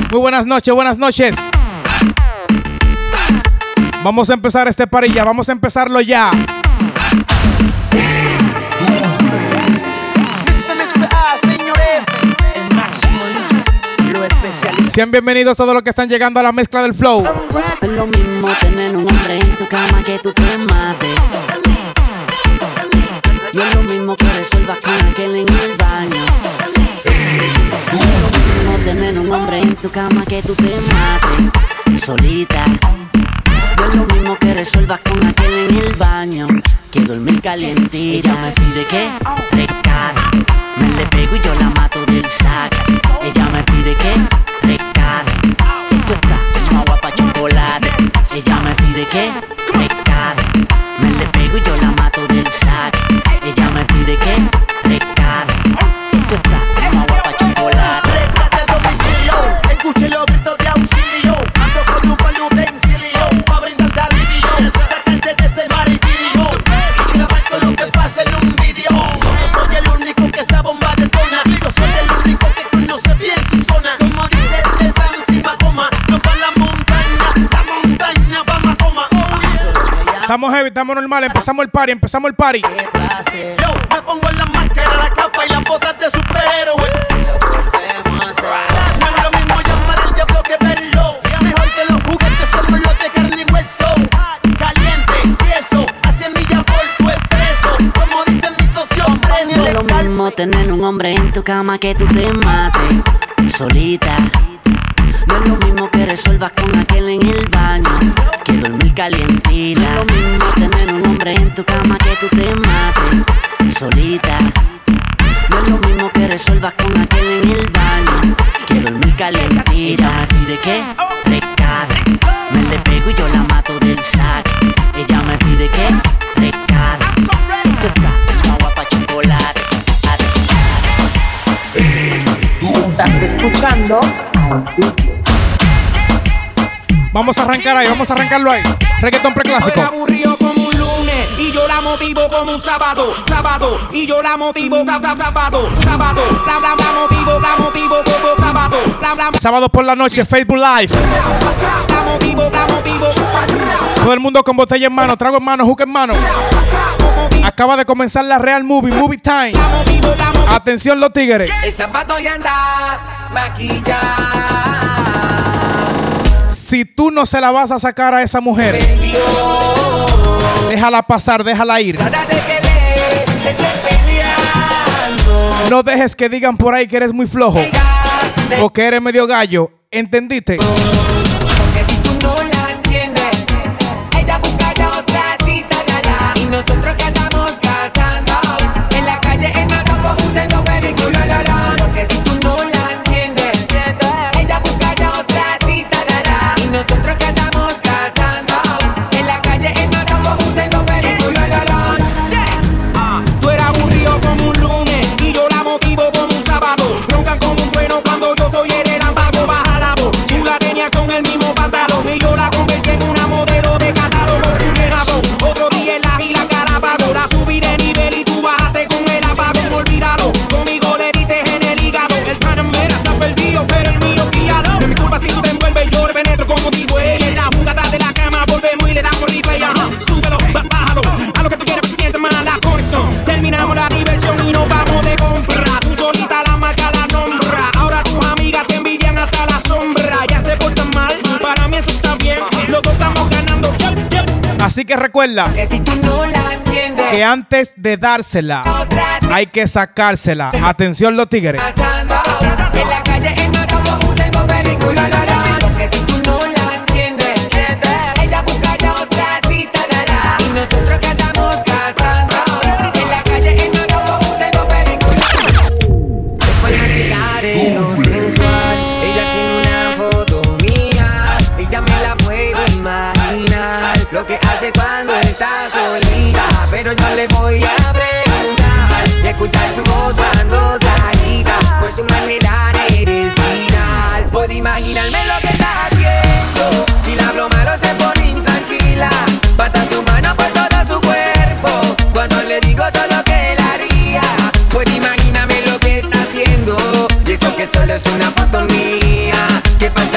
Muy buenas noches, buenas noches. Vamos a empezar este party ya, vamos a empezarlo ya. Señores, el máximo, lo especialista. Sean bienvenidos todos los que están llegando a la mezcla del flow. Es lo mismo tener un hombre en tu cama que tú te mates. Y es lo mismo que resuelvas con aquel en el baño. Es lo mismo tener un hombre en tu cama que tú te mates solita. Y es lo mismo que resuelvas con aquel en el baño que dormir calientita. Me pide que rescate, me le pego y yo la mato del saco. Ella me pide que rescate, esto está como agua pa' chocolate. Ella me pide que rescate, me le pego y yo la mato del saco. Ella me pide que rescate, esto está como agua pa' chocolate. Rescate a domicilio, escuche los gritos de auxilio. Ando con un buen utensilio pa' brindarte alivio, sacarte de ese martirio y grabar todo lo que pasa en un video. Yo soy el único que esa bomba detona. Yo soy el único que conoce bien su zona. Como dice el de encima coma, no pa' la montaña vamos a coma. Estamos heavy, estamos normal, empezamos el party. Yo me pongo la máscara, la capa y las botas de superhéroe. No es lo mismo llamar al diablo que verlo. Mejor que los juguetes somos los de carne y hueso. Caliente, tieso, a 100 millas por tu expreso. Como dicen mis socios presos. Es lo mismo tener un hombre en tu cama que tú te mates solita. No es lo mismo que resuelvas con aquel en el baño que dormir calientita. No es lo mismo tener un hombre en tu cama que tú te mates solita. No es lo mismo que resuelvas con aquel en el baño que dormir calientita. Ella me pide que rescate, me le pego y yo la mato del saco. Ella me pide que rescate, esto está como agua pa' chocolate. Estás escuchando. Vamos a arrancar ahí, vamos a arrancarlo ahí. Reggaetón preclásico. Estoy aburrido como un lunes y yo la motivo como un sábado. Y yo la motivo, sábado. La motivo como sábado. Sábado por la noche, Facebook Live. La motivo. Todo el mundo con botella en mano, trago en mano, juca en mano. Acaba de comenzar la Real Movie Time. Atención los tigres. El zapato ya anda maquillado. Si tú no se la vas a sacar a esa mujer, déjala pasar, déjala ir. Nada de que le esté peleando. No dejes que digan por ahí que eres muy flojo o que eres medio gallo. ¿Entendiste? Porque si tú no la entiendes, ella busca ya otra cita, la. Y nosotros que andamos cazando en la calle, en la ropa, usando película, la. Porque si tú no la entiendes, ella busca ya otra cita, la. Y nosotros que andamos cazando en la calle, en la ropa, usando película, la. Tú eres aburrido como un lunes y yo la motivo como un sábado. Roncan como un trueno cuando yo soy el relámpago. Baja la voz, tú la tenías con el mismo pantalón y yo la convertí en una modelo de catálogo. Puse Japón, otro día en la isla Galápagos. La subí de nivel y tú bajaste con el apagón. Olvídalo, conmigo le diste en el hígado. El Panamera está perdido, pero el mío guiado. No es mi culpa si tú te envuelves, yo penetro como digo ella. En la jugada de la cama volvemos y le damos replay. Súbelo, bájalo, a lo que tú quieres porque sientes más la conexión. Terminamos la diversión y nos vamos de compra. Tú solita la marca la nombra. Ahora tus amigas te envidian hasta la sombra. Ya se portan mal, para mí eso está bien. Los dos estamos ganando. Así que recuerda Que si tú no la entiendes, que antes de dársela hay que sacársela. Atención los tigres. pasando en la calle, en la ropa, usando película, la. Porque si tú no la entiendes, ella busca ya otra cita, la. Y nosotros que andamos cazando en la calle, en la ropa, usando película. Fanática de lo sensual, ella tiene una foto mía, ella me la puedo imaginar. Lo que hace cuando está solita, pero yo le voy a preguntar y escuchar su voz cuando se agita. Por su manera eres viral, puedo imaginarme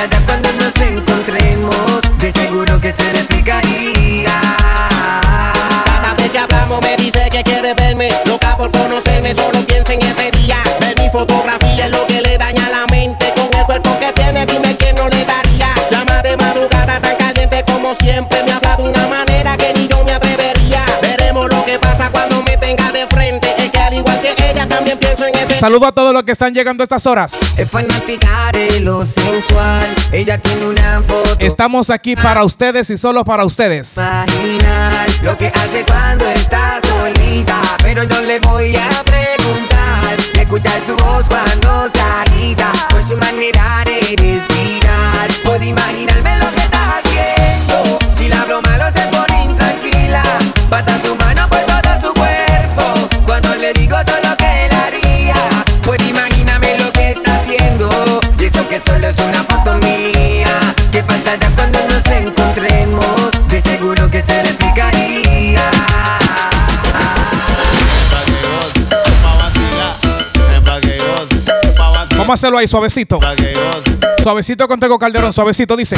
pasará cuando nos encontremos? De seguro que se le explicaría. Cada vez que hablamos me dice que quiere verme, loca por conocerme, solo piensa en ese día. Ver mi fotografía es lo que le daña la mente. Con el cuerpo que tiene, dime que no le daría. Llama de madrugada tan caliente como siempre. Me habla de una manera que ni yo me atrevería. Veremos lo que pasa cuando me tenga de frente. Es que al igual que ella también pienso en ese. Saludo a todos los que están llegando a estas horas. Es fanática de lo sensual. Ella tiene una foto. Estamos aquí para ustedes y solo para ustedes. Imaginar lo que hace cuando está solita, pero no le voy a preguntar. Escuchar su voz cuando se agita, por su manera de respirar. Puedo imaginarme lo que está haciendo. Si la hablo malo se pone intranquila. Pasa su mano por todo su cuerpo cuando le digo todo lo que él haría. Puedo imaginarme lo que está haciendo. Y eso que solo es una foto mía. ¿Qué pasará cuando nos encontremos? De seguro que se le explicaría. Vamos a hacerlo ahí suavecito. Suavecito con Tego Calderón, suavecito dice.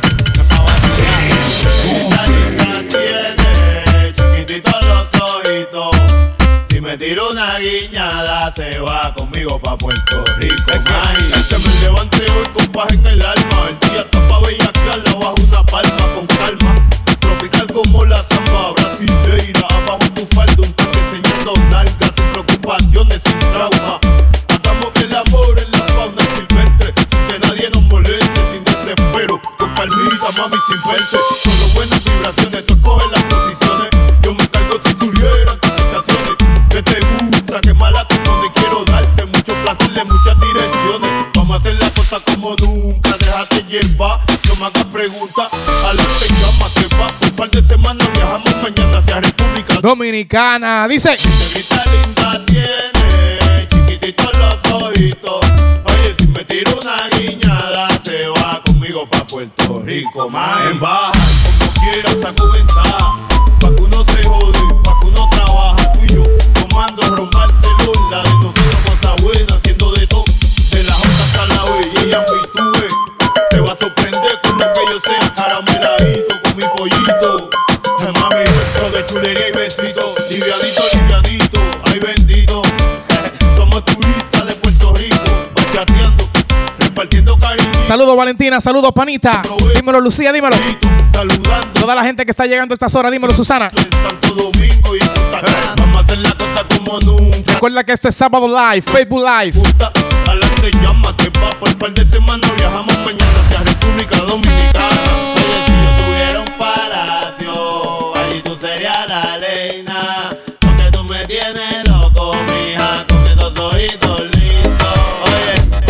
Si me tiro una guiñada, se va conmigo pa' Puerto Rico. Que me levante hoy con paz en el alma. El día está pa' bellaquearla bajo una palma con calma. Tropical como la zamba brasileira. Abajo tu falda, un tanque enseñando nalgas. Sin preocupaciones, sin trauma. Hagamos el amor en la fauna silvestre. Sin que nadie nos moleste, sin desespero. Con calmita, mami, sin verse. Solo buenas vibraciones, tú escoges las posiciones. Yo me cargo si tuvieran complicaciones. Que te gusta, que mala te pone. Quiero darte mucho placer en muchas direcciones. Vamos a hacer las cosas como nunca. Déjate llevar, no me hagas preguntas. A lo que llama, que va. Un par de semanas viajamos mañana hacia República Dominicana, dice. Negrita linda tiene, chiquititos los ojitos. Oye, si me tiro una guiñada, se va conmigo pa' Puerto Rico. En baja, como quieras, saco ventaja. Pa' que uno se jode, pa' que uno trabaja. Tú y yo, tomando, romper celular. De nosotros cosas buenas, haciendo de todo. De la J hasta la B, y ella me tuve. Te va a sorprender con lo que yo sea. Carameladito con mi pollito. Mami, todo de chulería y besito. Livianito, livianito, ay bendito. Somos turistas de Puerto Rico, bachateando, repartiendo cariño. Saludos Valentina, saludos Panita. Dímelo Lucía, dímelo. Saludando Toda la gente que está llegando a estas horas, dímelo Susana. en Santo Domingo y Punta Cana. Vamos a hacer la cosa como nunca. Recuerda que esto es Sábado Live, Facebook Live. Puta, adelante, llámate, pa' por un par de semanas viajamos mañana hacia República Dominicana. Oye, si yo tuviera un palacio, ahí tú serías la reina. Porque tú me tienes loco, mija, con esos ojitos lindos. Oye.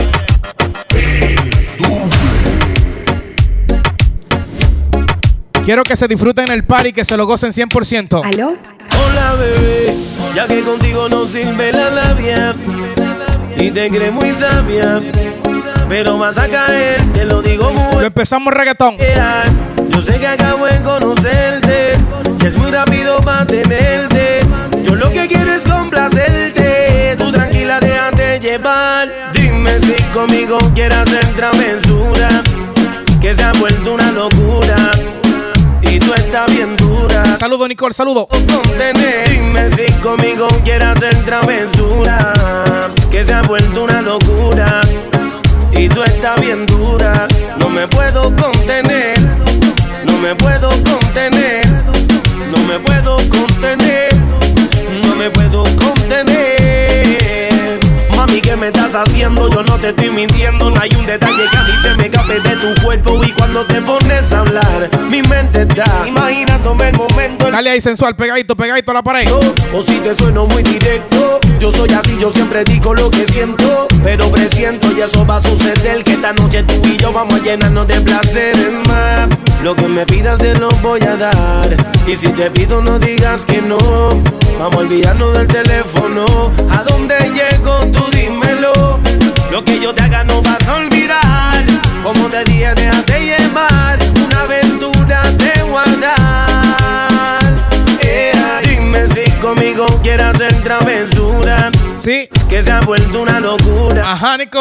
Quiero que se disfruten el party, que se lo gocen 100%. ¿Aló? Hola bebé, ya que contigo no sirve la labia y te crees muy sabia, pero vas a caer, te lo digo Lo muy empezamos reggaetón. bien. Yo sé que acabo de conocerte, que es muy rápido mantenerte. Yo lo que quiero es complacerte, tú tranquila déjate llevar. Dime si conmigo quieres hacer travesura, que se ha vuelto una locura y tú estás bien dura. Saludo Nicole, saludo. Contener. Dime si conmigo quieres hacer travesura, que se ha vuelto una locura y tú estás bien dura. No me puedo contener, no me puedo contener, no me puedo contener, no me puedo contener. Mami, ¿qué me estás haciendo? Yo no te estoy mintiendo. No hay un detalle que a mí se me escape de tu cuerpo. Y cuando te pones a hablar, mi mente está imaginándome el momento. Dale ahí sensual, pegadito, pegadito a la pared. O si te sueno muy directo, yo soy así, yo siempre digo lo que siento, pero presiento y eso va a suceder, que esta noche tú y yo vamos a llenarnos de placeres más. Lo que me pidas te lo voy a dar, y si te pido no digas que no. Vamos a olvidarnos del teléfono. ¿A dónde llego? Tú dímelo. Lo que yo te haga no vas a olvidar. Como te dije, déjate llevar. Una aventura de guardar. Dime si conmigo quieres hacer travesura. Sí. Que se ha vuelto una locura. Ajá, Nicole.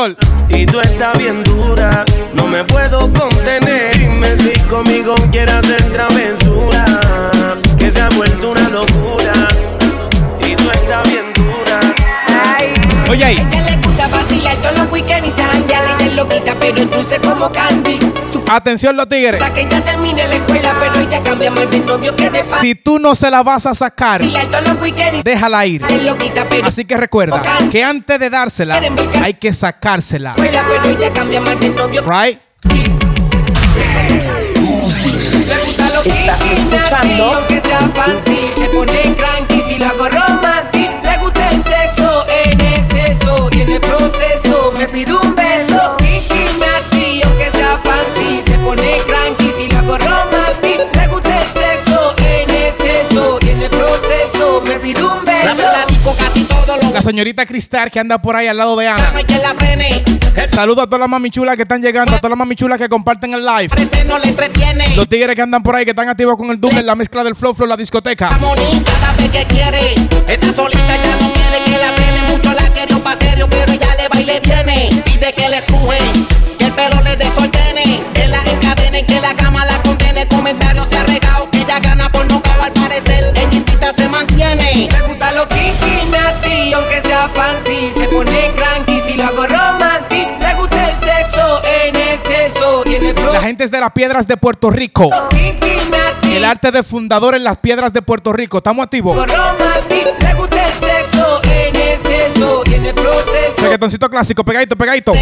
y tú estás bien dura. No me puedo contener. Dime si conmigo quieres hacer travesura, que se ha vuelto una locura y tú estás bien dura. Oye ahí. Ella le gusta vacilar todos los weekends y se janguea, ella es loquita, pero dulce como Candy. Atención los tigres. Que ella termine la escuela, pero ella cambia más de novio que de fan. Si tú no se la vas a sacar, Todos los weekends déjala ir. es loquita, pero Así que recuerda que antes de dársela hay que sacársela. escuela, pero ella cambia más de novio. Right? Le gusta lo que Estás escuchando. aunque sea fancy, se pone cranky si lo hago romantic. Le gusta el sexo en exceso y en el proceso me pide un beso. Kiki Marty, aunque sea fancy, se pone cranky si lo hago romantic. Le gusta el sexo en exceso y en el proceso me pide un beso. La disco casi todo lo La señorita Cristal que anda por ahí al lado de Ana. no hay que la frene. Saludos a todas las mamichulas que están llegando, a todas las mamichulas que comparten el live. Parece no le entretiene. Los tigres que andan por ahí, que están activos con el Doom en la mezcla del Flow, la discoteca. La monita cada vez que quiere. Está solita, ya no quiere que la frene. Mucho la quería pa' serio, pero ella le va y le viene. Pide que le empujen, que el pelo le desordene, que la encadene, que la cama la condene. El comentario se ha regado, que ella gana por no caber. Al parecer, ella invita se mantiene. Le gusta lo Kiki Marty, aunque sea fancy, se pone cranky si lo hago romantic. Le gusta el sexo en exceso y en el La gente es de las Piedras de Puerto Rico. Kiki Marty, El arte de fundador en las Piedras de Puerto Rico. ¿Estamos activos? romantic. Le gusta el sexo en exceso y en el proceso. Reggaetoncito clásico, pegadito, pegadito.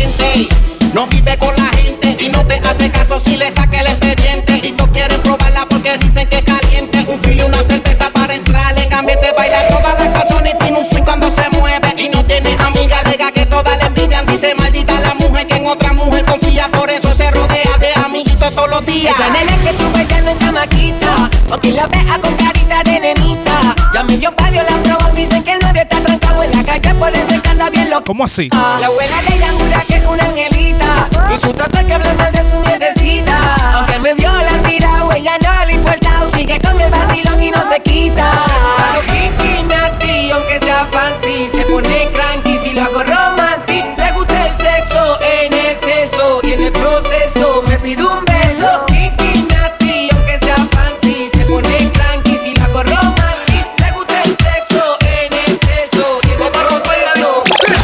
No vive con la gente y no te hace caso si le saca el expediente. Y no quieren probarla porque dicen que es caliente. Un filo y una cerveza para entrar en ambiente. Bailar todas las canciones, tiene un swing cuando se mueve. Y no tiene amiga, alega que todas le envidian. Dice maldita la mujer que en otra mujer confía. Por eso se rodea de amiguitos todos los días. Esa nena que tú ves ya no es chamaquita, o quien la vea con carita de nenita. Ya medio barrio la probó, dicen que el novio está trancado en la calle, por eso que anda bien loco. ¿Cómo así? La abuela de ella jura que es una angelita, y su tata que habla mal de su nietecita. Aunque él me dio la mirada, ella no le importa, sigue con el vacilón y no se quita. A lo Kiki Marty, aunque sea fancy, se pone cranky si lo hago romantic. Le gusta el sexo en exceso y en el proceso me pide un beso. Kiki Marty, aunque sea fancy, se pone cranky si lo hago romantic. Le gusta el sexo en exceso y en el proceso.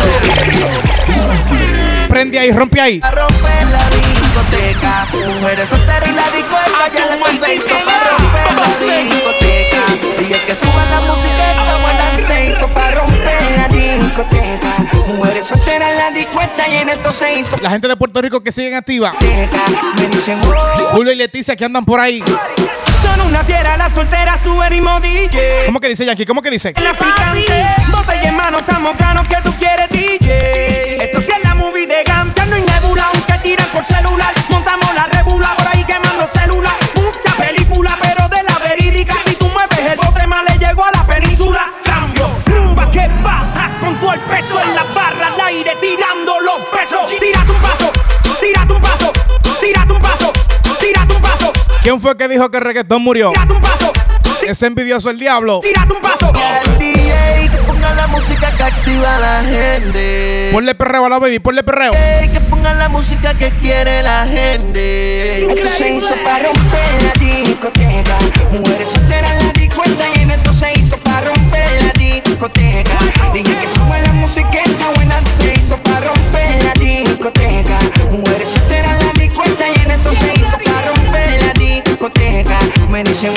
Prende ahí, rompe ahí. A romper la discoteca, mujeres solteras y la discoteca ya le se hizo para romper la discoteca. Y el que suba la musiqueta, buena se hizo para romper la discoteca. Mujeres solteras en la discoteca y en esto se hizo. La gente de Puerto Rico que siguen activa. Me dicen, oh, Julio y Leticia que andan por ahí. son una fiera, la soltera sube ritmo DJ. ¿Cómo que dice Yankee? ¿Cómo que dice? La picante, botella en mano, estamos ganos que tú quieres DJ. Esto sí es la movie de Ganta, no hay nebula, aunque tiran por celular. Montamos la rebula por ahí quemando celular. Mucha película, pero de la verídica. Si tú mueves el bote más le llegó a la península. Cambio, rumba que baja con todo el peso en la barra al aire tirando los pesos. Tírate un paso, tírate un paso, tírate un paso, tírate un paso. ¿Quién fue que dijo que el reggaetón murió? Tírate un paso, Es envidioso el diablo. tírate un paso. El DJ que ponga la música que activa a la gente. Ponle perreo a la baby, ponle perreo. Que pongan la música que quiere la gente. Esto se hizo para romper la discoteca. Mujeres solteras en la discoteca y en esto se hizo para romper la discoteca. Dije que sube la musiqueta buena se hizo para romper la discoteca. Mujeres solteras en la discoteca y en esto se hizo para romper la discoteca. Me dicen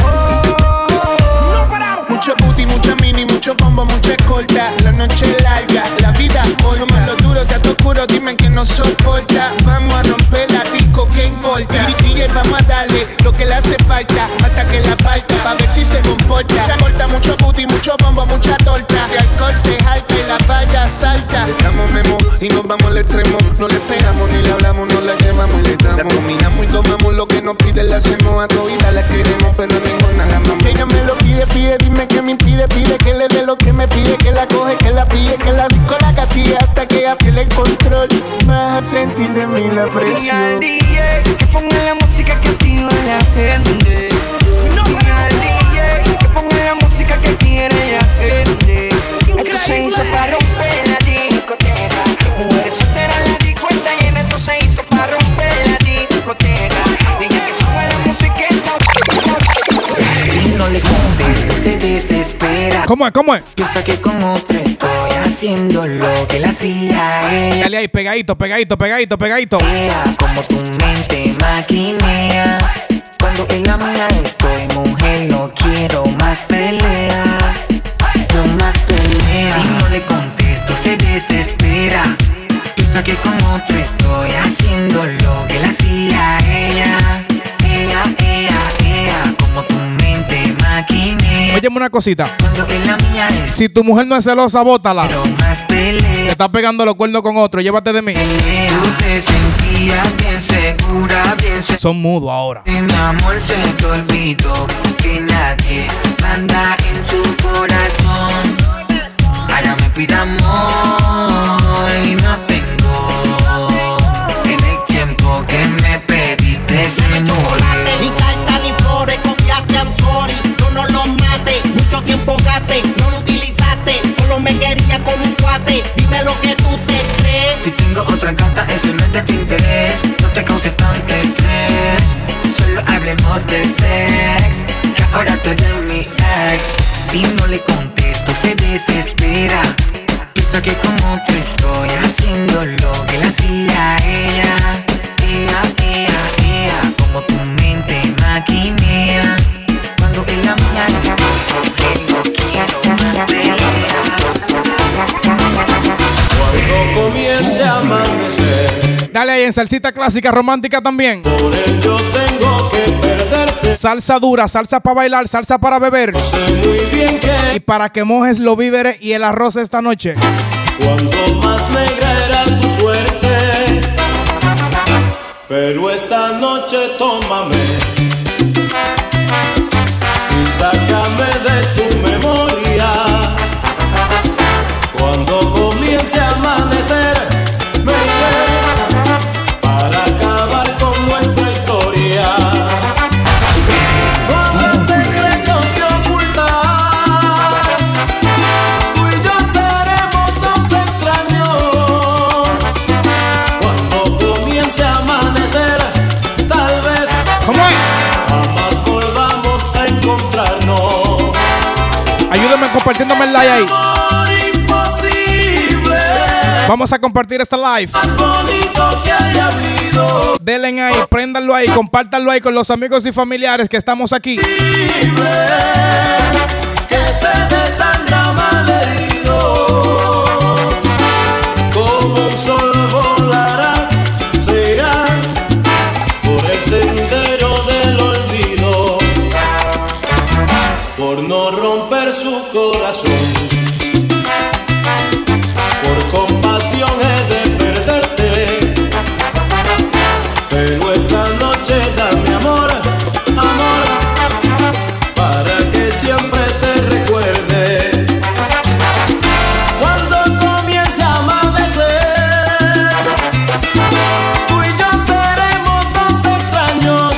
mucho booty, mucha mini, mucho bombo, mucha escolta. La noche es larga, la vida corta. Somos los duros, gato oscuro, dime que no soporta. Vamos a romper la disco, ¿qué importa? DJ, vamos a darle lo que le hace falta hasta que la parta, pa' ver si se comporta. Mucha corta, mucho booty, mucho bombo, mucha torta. De alcohol se jalta y la valla salta. Estamos memo y nos vamos al extremo. No le esperamos ni le hablamos, no la llevamos y le damos. La combinamos y tomamos lo que nos pide, la hacemos a todita, la queremos, pero ninguna la amamos. Si ella me lo pide, pide, dime que me impide, pide que le dé lo que me pide, que la coge, que la pille, que la disco la gatilla hasta que ella pierde el control. Vas a sentir de mí la presión. Y al DJ que ponga la música que activa a la gente. Y al DJ que ponga la música que quiere la gente. Esto se hizo para romper la discoteca. Mujeres solteras en la discoteca y ¿Cómo es? ¿Cómo es? Piensa que con otro estoy haciendo lo que la hacía ella. Dale ahí, pegadito, pegadito, pegadito, pegadito. Como tu mente maquinea. Cuando en la mía estoy, mujer, no quiero más pelea. No más pelea. Si no le contesto, se desespera. Piensa que con otro estoy haciendo lo que la hacía ella. Como tu mente maquinea. Óyeme una cosita. Cuando en la mía estoy, si tu mujer no es celosa, bótala. pero más pelea. Te está pegando los cuernos con otro, llévate de mí. Tú te sentías bien segura, bien segura. Son mudos ahora. Mi amor, se te olvidó que nadie manda en su corazón. Ahora me pide amor y no tengo. En el tiempo que me pediste se me chocolate, ni carta ni flores, confiaste, I'm sorry. Yo no lo maté, mucho tiempo gasté, no lo utilizaste. Solo me quería con un cuate, dime lo que tú te crees. Si tengo otra gata, eso no es de tu interés. No te causes tanto estrés. Solo hablemos de sex, que ahora tú eres mi ex. Si no le contesto, se desespera. Piensa que con otro estoy haciendo lo que le hacía ella. Como tu mente maquinea. Cuando en la mía no quiero más pelea. Cuando comience a amanecer, Dale ahí en salsita clásica romántica también. por él yo tengo que perderte. Salsa dura, salsa para bailar, salsa para beber. Sé muy bien que Y para que mojes los víveres y el arroz esta noche. cuanto más negra era tu suerte, pero esta noche tómame y sácame de tu memoria. Cuando comience a amanecer, me iré para acabar con nuestra historia. No habrá secretos que ocultar. Tú y yo seremos dos extraños. Cuando comience a amanecer, tal vez ¿Cómo es? jamás volvamos a encontrarnos. Ayúdame compartiéndome el like ahí. Amor imposible, Vamos a compartir este live. más bonito que haya habido. Denle ahí, préndanlo ahí, compártanlo ahí con los amigos y familiares que estamos aquí. Que se desangra malherido, como un sol volará, se irá por el sendero del olvido, por no romper su corazón. Por compasión he de perderte, pero esta noche dame amor, amor, para que siempre te recuerde. Cuando comience a amanecer, tú y yo seremos dos extraños,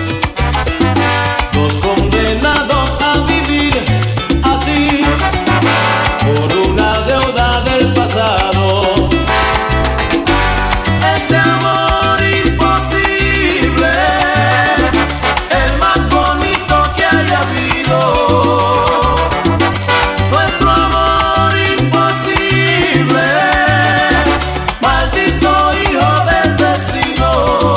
dos condenados a vivir así, por una deuda del pasado. Este amor imposible, el más bonito que haya habido. Nuestro amor imposible, maldito hijo del destino.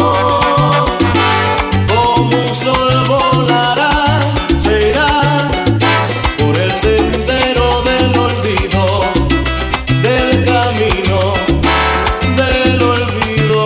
Como un sol volará, se irá por el sendero del olvido, del camino del olvido.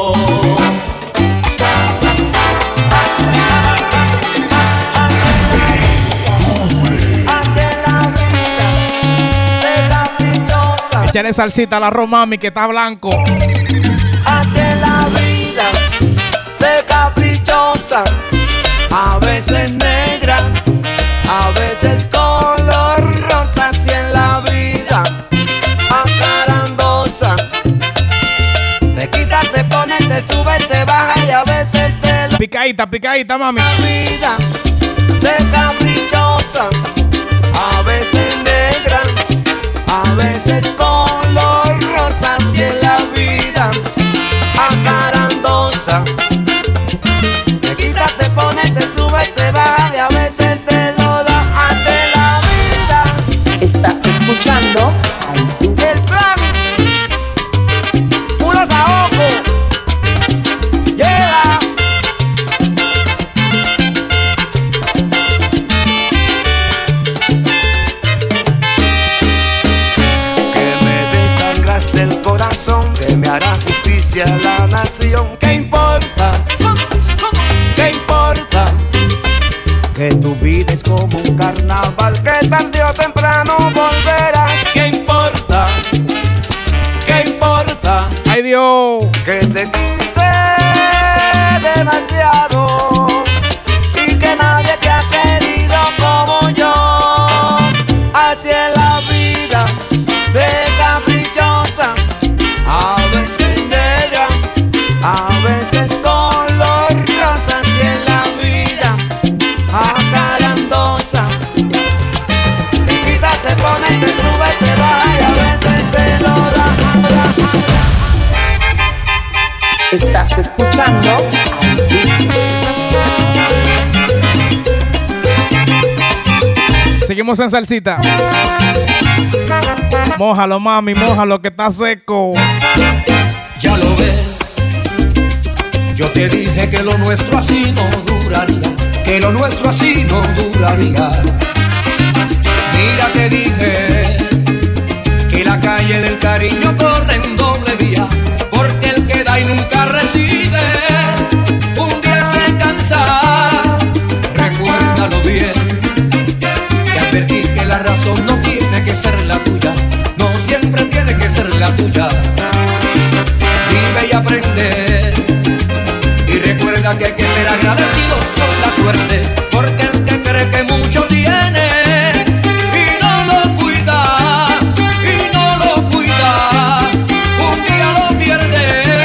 Hacia la vida de caprichosa. Échale salsita a la romami que está blanco. Hacia la vida de caprichosa. A veces negra, a veces color rosa. Así en la vida acarandosa. Te quitas, te pones, te subes, te bajas y a veces te lo Picadita, picadita, mami. vida de caprichosa, a veces negra, a veces color rosa. Así en la vida acarandosa. Te quitas, te pones, te subes, te bajas y a veces te lo da. Hace la vida Estás escuchando El plan, puro saoco, llega. Que me desangraste el corazón, que me hará justicia la nación. ¿Qué importa? ¿Qué importa? Que tu vida es como un carnaval, que tarde o temprano volverás. ¿Qué importa? ¿Qué importa? ¡Ay, Dios! Que te quise demasiado y que nadie te ha querido como yo. Así es la vida de caprichosa, a veces negra, a veces color rosa. Así es la vida acarandosa. Te quita, te pone, te sube, te baja y a veces te lo da. Estás escuchando Seguimos en salsita. Mójalo, mami, mójalo que está seco. Ya lo ves, yo te dije que lo nuestro así no duraría, que lo nuestro así no duraría. Mira, te dije que la calle del cariño corre en doble vía, porque el que da y nunca recibe, un día se cansa. Recuérdalo bien, que advertí que la razón no tiene que ser la tuya, no siempre tiene que ser la tuya. Vive y aprende, y recuerda que hay que ser agradecidos con la suerte, porque el que cree que mucho tiene y no lo cuida, un día lo pierde.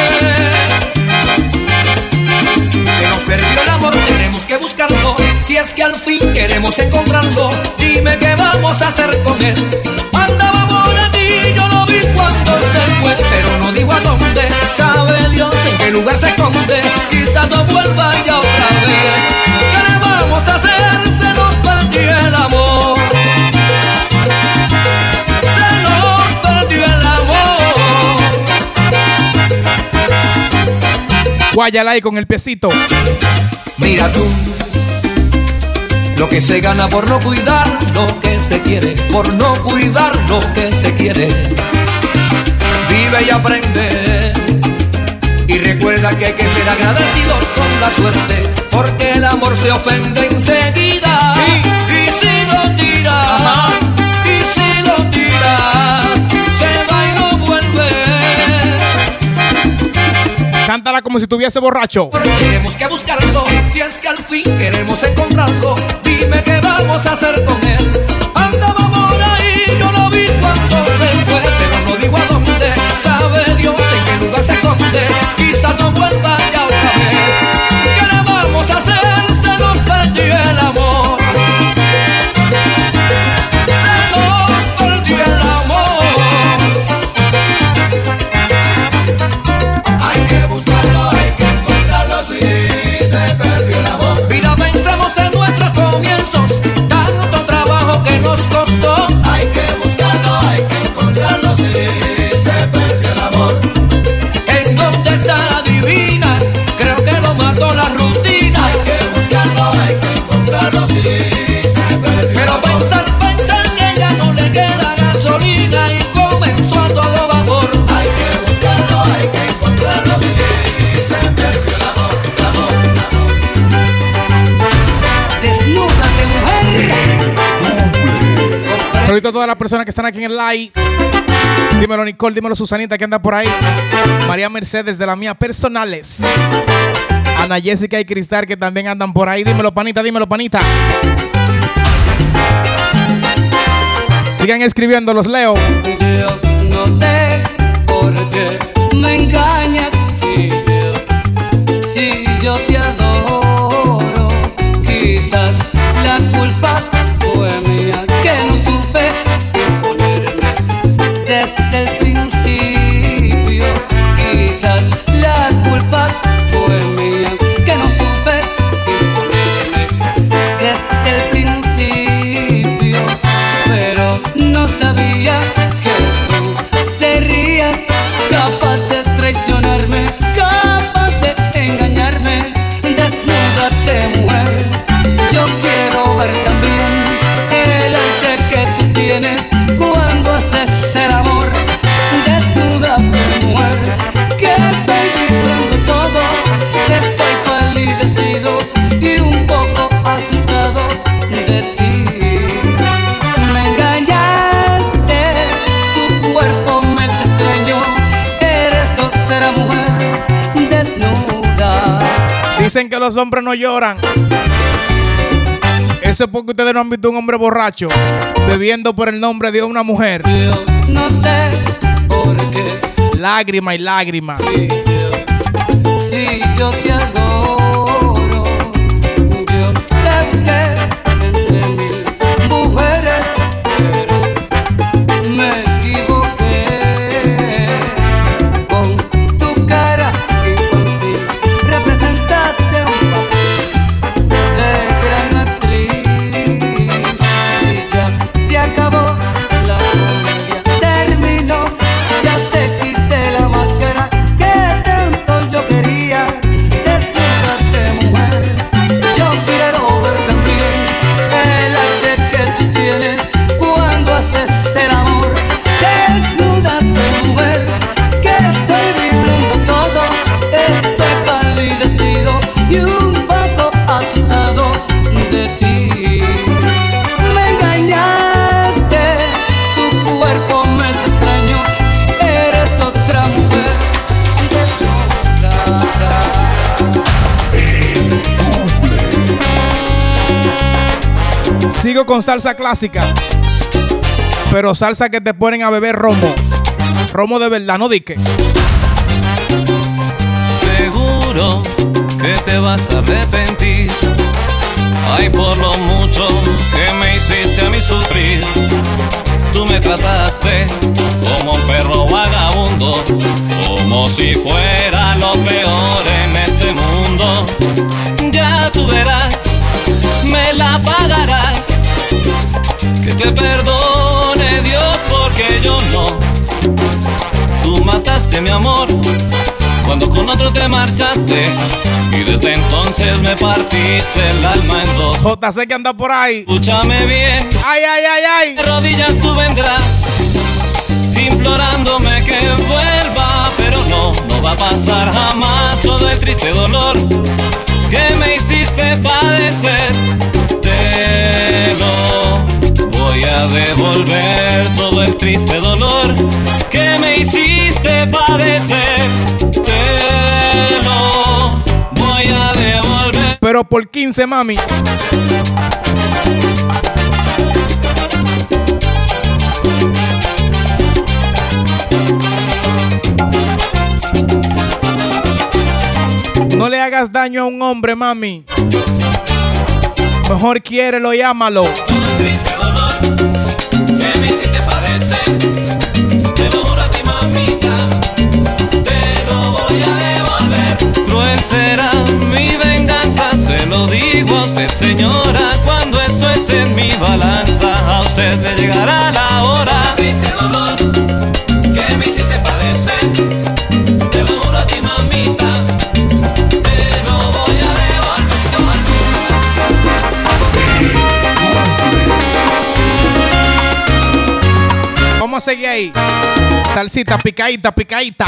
Que nos perdió el amor, tenemos que buscarlo, si es que al fin queremos encontrarlo. Dime qué vamos a hacer con él. Andaba por aquí, yo lo vi cuando se fue, pero no digo a dónde. Sabe Dios en qué lugar se esconde, quizás no vuelva ya otra vez. ¿Qué le vamos a hacer? Se nos perdió el amor, se nos perdió el amor. Guáyala ahí con el piecito. Mira tú, lo que se gana por no cuidar lo que se quiere, por no cuidar lo que se quiere. Vive y aprende, y recuerda que hay que ser agradecidos con la suerte, porque el amor se ofende enseguida. Sí. Y si lo tiras, y si lo tiras, se va y no vuelve. Cántala como si estuviese borracho. Tenemos que buscarlo, si es que al fin queremos encontrarlo. Dime qué vamos a hacer con él. Andaba por ahí, yo lo vi cuando se fue, pero no digo a dónde. Sabe Dios en qué lugar se esconde, quizás no vuelva ya otra vez. ¿Qué le vamos a hacer? Se nos perdió el amor, se nos perdió el amor. Hay que buscarlo, hay que encontrarlo, sí, se perdió el amor. Vida, pensemos en nuestros comienzos, tanto trabajo que nos costó. Hay que buscarlo, hay que encontrarlo, sí, se perdió el amor. ¿En dónde está la divina? Creo que lo mató la rutina. Hay que buscarlo, hay que encontrarlo, sí, se perdió. Pero pensar que ya no le queda gasolina y comenzó a todo vapor. Hay que buscarlo, hay que encontrarlo, sí, se perdió el amor, el amor. Desnúdate, mujer. Saludito a todas las personas que están aquí en el live. Dímelo Nicole, dímelo Susanita que anda por ahí. María Mercedes de las mías personales. Ana Jessica y Cristal que también andan por ahí. Dímelo panita, dímelo panita. Sigan escribiendo, los leo. Yo no sé por qué me engañas si yo te adoro. Quizás la culpa fue mía, que no supe imponerme desde el principio. Quizás la culpa fue mía, que no supe imponerme desde el principio. Pero Dicen que los hombres no lloran. Eso es porque ustedes no han visto un hombre borracho bebiendo por el nombre de una mujer. Yo no sé por qué. Lágrima y lágrima. Si yo te adoro, yo te busqué entre mil mujeres, pero me equivoqué. Con tu cara infantil representaste un papel de gran actriz. Si ya se acabó la comedia, terminó, ya te quité la máscara que tanto yo quería. Desnúdate, mujer, yo quiero ver también el arte que tú tienes cuando haces el amor. Desnúdate, mujer, que estoy vibrando todo, estoy palidecido y un poco asustado de ti. Me engañaste, tu cuerpo me es extraño, eres otra mujer. Sigo con salsa clásica, pero salsa que te ponen a beber romo. Romo de verdad, no dique. Seguro que te vas a arrepentir. Ay, por lo mucho que me hiciste a mí sufrir. Tú me trataste como un perro vagabundo, como si fuera lo peor en este mundo. Ya tú verás, me la pagarás. Que te perdone Dios porque yo no. Tú mataste mi amor cuando con otro te marchaste, y desde entonces me partiste el alma en dos. JC que anda por ahí. Escúchame bien. Ay, ay, ay, ay. De rodillas tú vendrás implorándome que vuelva, pero no va a pasar jamás todo el triste dolor que me hiciste padecer. Te lo voy a devolver, todo el triste dolor que me hiciste padecer. Te lo voy a devolver. Pero por 15, mami. No le hagas daño a un hombre, mami. Mejor quiérelo y ámalo. Triste dolor que me hiciste padecer. Te lo juro a ti, mamita, te lo voy a devolver. Cruel será mi venganza, se lo digo a usted, señora. Cuando esto esté en mi balanza, a usted le llegará la hora. Triste dolor que me hiciste padecer. Te lo juro a ti, mamita, te lo voy a devolver. Vamos a seguir ahí. Salsita picadita, picadita.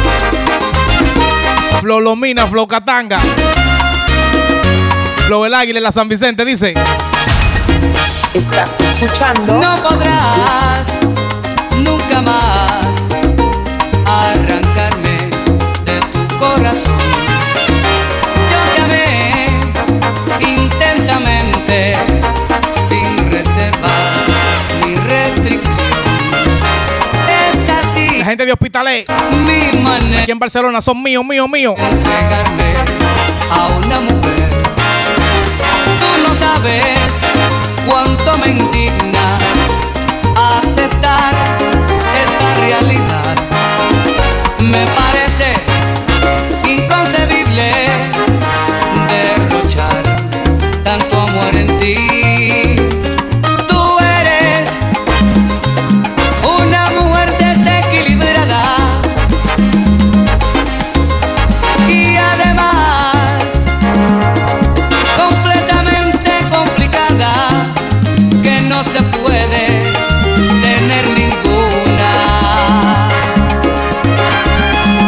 Flolomina, Flocatanga. Flo el Águila, la San Vicente, dice. Estás escuchando. No podrás nunca más arrancarme de tu corazón. Yo te amé intensamente, sin reserva ni restricción. Es así. La gente de Hospitalet, mi manera aquí en Barcelona, son míos, míos, míos. entregarme a una mujer. Tú no sabes cuánto me indigna aceptar esta realidad. Me parece inconcebible derrochar tanto amor en ti. Tú eres una mujer desequilibrada y además completamente complicada, que no se puede tener ninguna.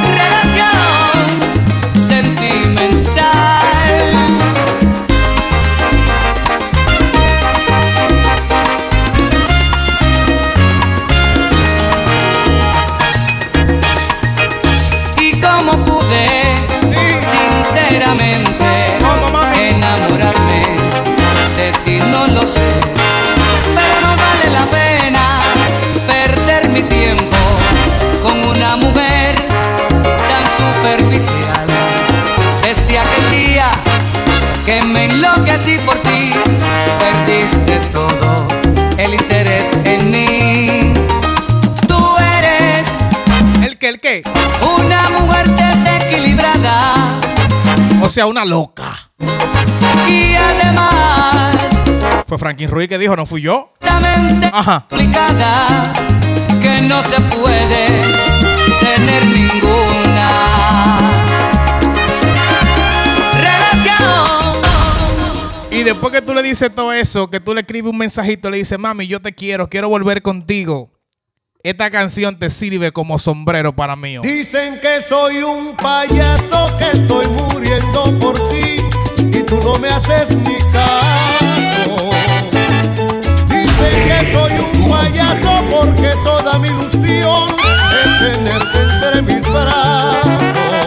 sea una loca. Y además, fue Franklin Ruiz que dijo, no fui yo. Ajá. Complicada, que no se puede tener ninguna relación. Y después que tú le dices todo eso, que tú le escribes un mensajito, le dices, mami, yo te quiero volver contigo. Esta canción te sirve como sombrero para mí. Dicen que soy un payaso, que estoy muriendo por ti y tú no me haces ni caso. Dicen que soy un payaso porque toda mi ilusión es tenerte entre mis brazos.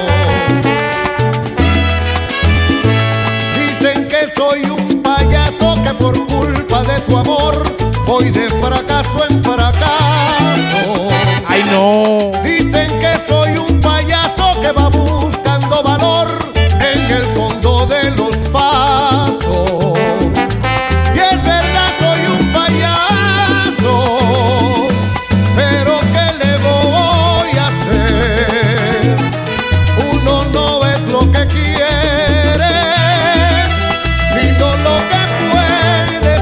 Dicen que soy un payaso que por culpa de tu amor voy de fracaso en fracaso. ¡Ay, no! Dicen que soy un payaso que va buscando valor en el fondo de los pasos. Y es verdad, soy un payaso, pero ¿qué le voy a hacer? Uno no es lo que quiere, sino lo que puede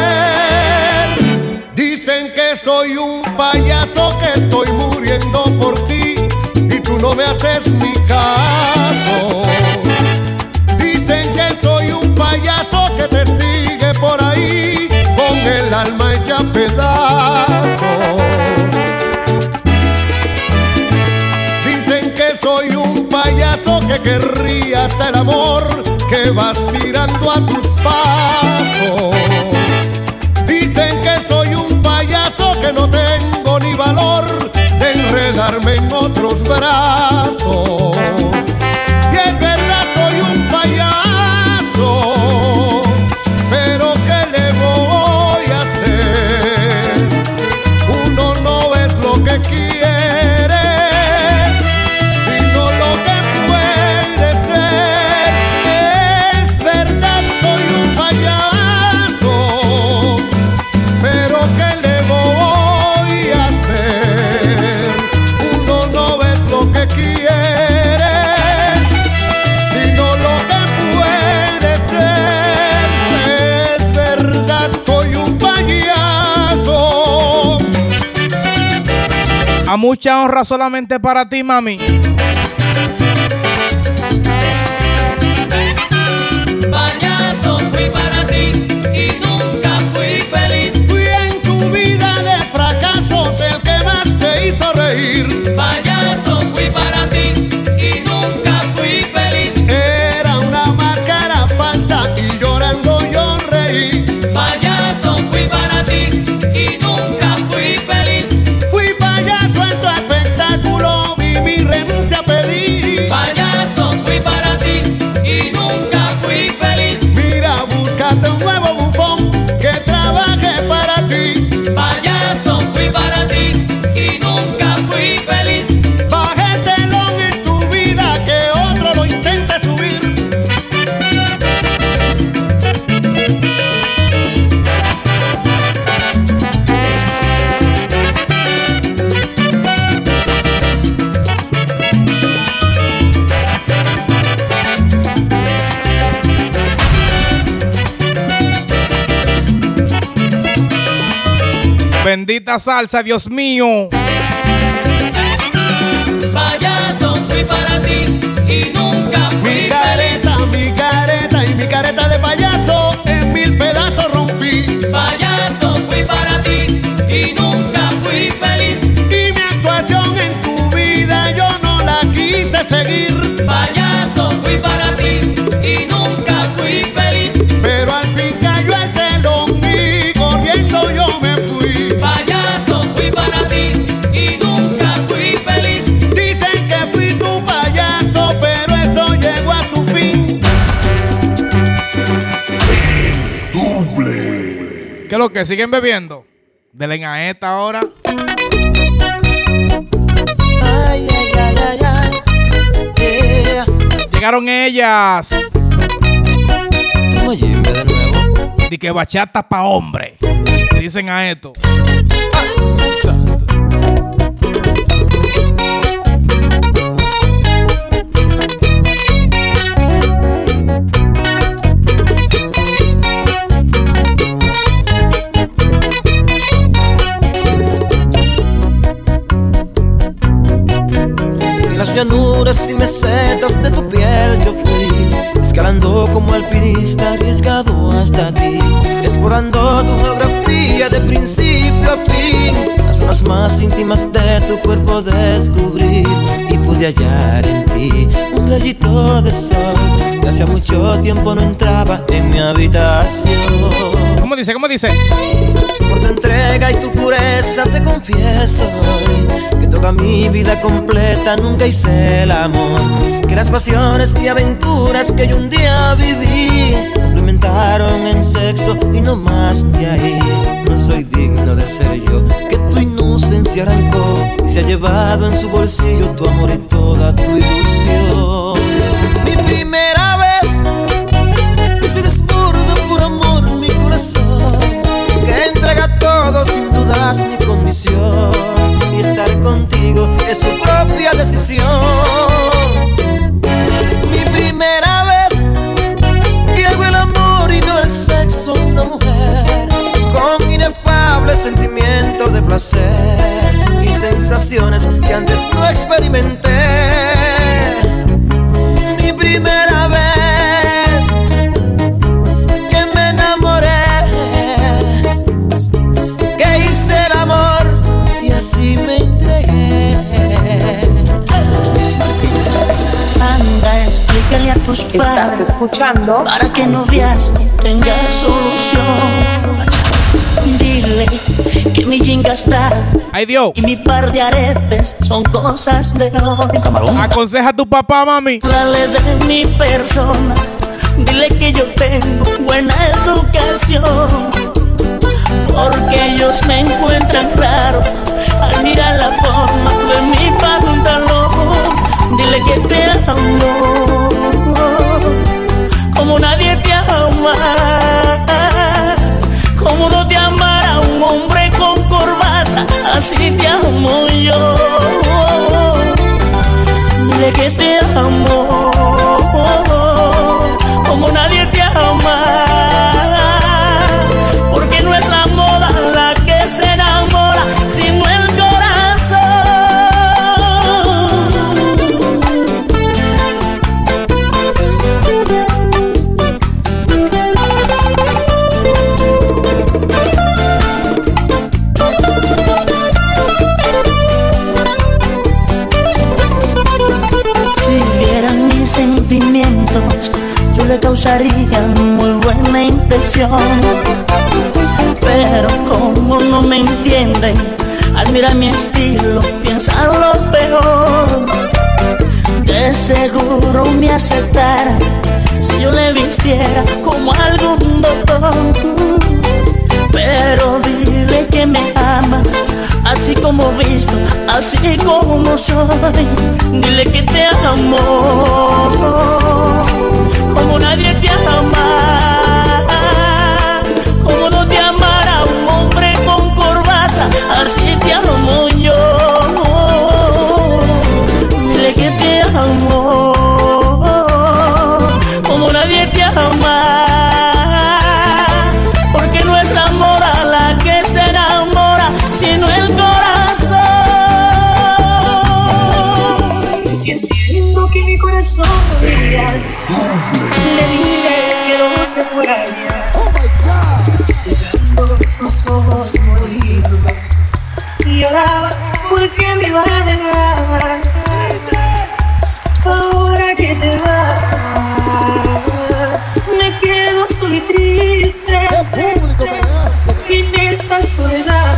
ser. Dicen que soy un payaso, que estoy muriendo por ti y tú no me haces ni caso. Dicen que soy un payaso que te sigue por ahí con el alma hecha pedazos. Dicen que soy un payaso que querría hasta el amor que vas tirando a tus pasos. Dicen que soy un payaso que no tengo ni valor de enredarme en otros brazos. Y es verdad, soy un payaso, pero ¿qué le voy a hacer? Uno no es lo que quiere, sino lo que puede ser. Es verdad, soy un payaso, pero ¿qué le voy a hacer? Uno no es lo que quiere, sino lo que puede ser. Es verdad, soy un payaso. A mucha honra solamente para ti, mami. Payaso, fui para ti y nunca fui feliz. Fui en tu vida de fracasos el que más te hizo reír. Payaso, fui para ti y nunca fui feliz. Era una máscara falsa y llorando yo reí. Payaso, fui para ti y nunca fui feliz. Fui payaso en tu espectáculo, vi mi renuncia a pedir. Payaso, fui para ti y nunca fui feliz. Mira, búscate un nuevo bufón que trabaje para ti. Payaso, fui para ti y nunca fui feliz. Baja el telón en tu vida, que otro lo intente subir. Bendita salsa, Dios mío. Payaso, fui para ti y nunca fui feliz. Mi careta y mi careta de payaso en mil pedazos rompí. Payaso, fui para ti y nunca fui feliz. Y mi actuación en tu vida yo no la quise seguir. Payaso, fui para ti y nunca fui feliz. Pero al fin cayó el telón y corriendo yo me fui. Payaso, fui para ti y nunca fui feliz. Dicen que fui tu payaso, pero eso llegó a su fin. ¿Qué es lo que siguen bebiendo? Denle a esta ahora. Ay, ay, ay, ay, ay. Yeah. Llegaron ellas. Tengo yembe de nuevo. Di que bachata pa' hombre. Dicen a esto. las llanuras y mesetas de tu piel yo fui, escalando como alpinista arriesgado hasta ti, explorando tu geografía de principio a fin, las zonas más íntimas de tu cuerpo descubrí y pude hallar en ti un rayito de sol que hacía mucho tiempo no entraba en mi habitación. ¿Cómo dice? ¿Cómo dice? Por tu entrega y tu pureza te confieso que toda mi vida completa nunca hice el amor, que las pasiones y aventuras que yo un día viví complementaron en sexo y no más de ahí. No soy digno de ser yo, que tu inocencia arrancó y se ha llevado en su bolsillo tu amor y toda tu ilusión. Mi primera vez que se desborda por amor mi corazón, que entrega todo sin dudas ni condición, y estar contigo es su propia decisión. Mi primera vez que hago el amor y no el sexo a una mujer, con inefable sentimiento de placer y sensaciones que antes no experimenté. Mi primera vez que me enamoré, que hice el amor y así me entregué. Anda, explícale a tus padres. ¿Estás escuchando? Para que no veas, tenga solución. Dile que mi chinga está. Ay, Dios. Y mi par de aretes son cosas de hoy. Aconseja a tu papá, mami. Dale de mi persona. Dile que yo tengo buena educación, porque ellos me encuentran raro al mirar la forma de mi pantalón. Dile que te amo como nadie te ama, como no te amara un hombre con corbata, así te amo yo. Dile que te amo como nadie te ama, porque no es la moda la que se enamora, sino el corazón. Si vieran mis sentimientos, yo le causaría muy buena impresión, pero como no me entienden, al mirar mi estilo piensan lo peor. De seguro me aceptara si yo le vistiera como algún doctor, pero dile que me amas así como visto, así como soy. Dile que te amo como nadie te ama, como no te amara un hombre con corbata, así te amo yo. Dile que te amo como nadie te ama, porque no es la moda la que se enamora, sino el corazón. Siento que mi corazón brilla, le dije que no se fuera ya, cerrando sus ojos moridos, lloraba porque me iba a dejar. Ahora que te vas, me quedo solo y triste en esta soledad.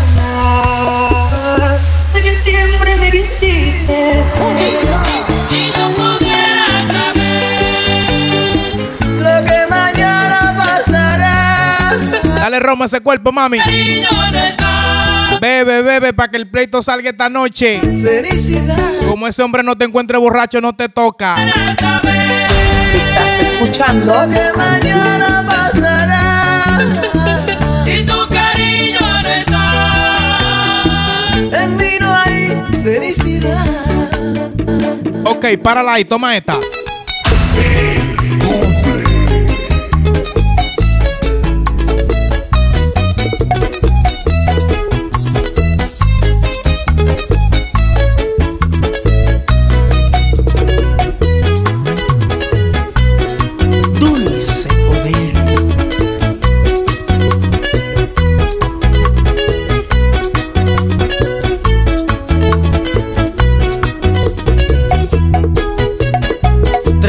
Sé que siempre me quisiste y no pudiera saber lo que mañana pasará. Dale Roma a ese cuerpo, mami. Bebe, bebe, para que el pleito salga esta noche. Felicidad. Como ese hombre no te encuentre borracho, no te toca. Estás escuchando. Lo que mañana pasará. Si tu cariño no está, en mí no hay felicidad. Ok, párala ahí, toma esta.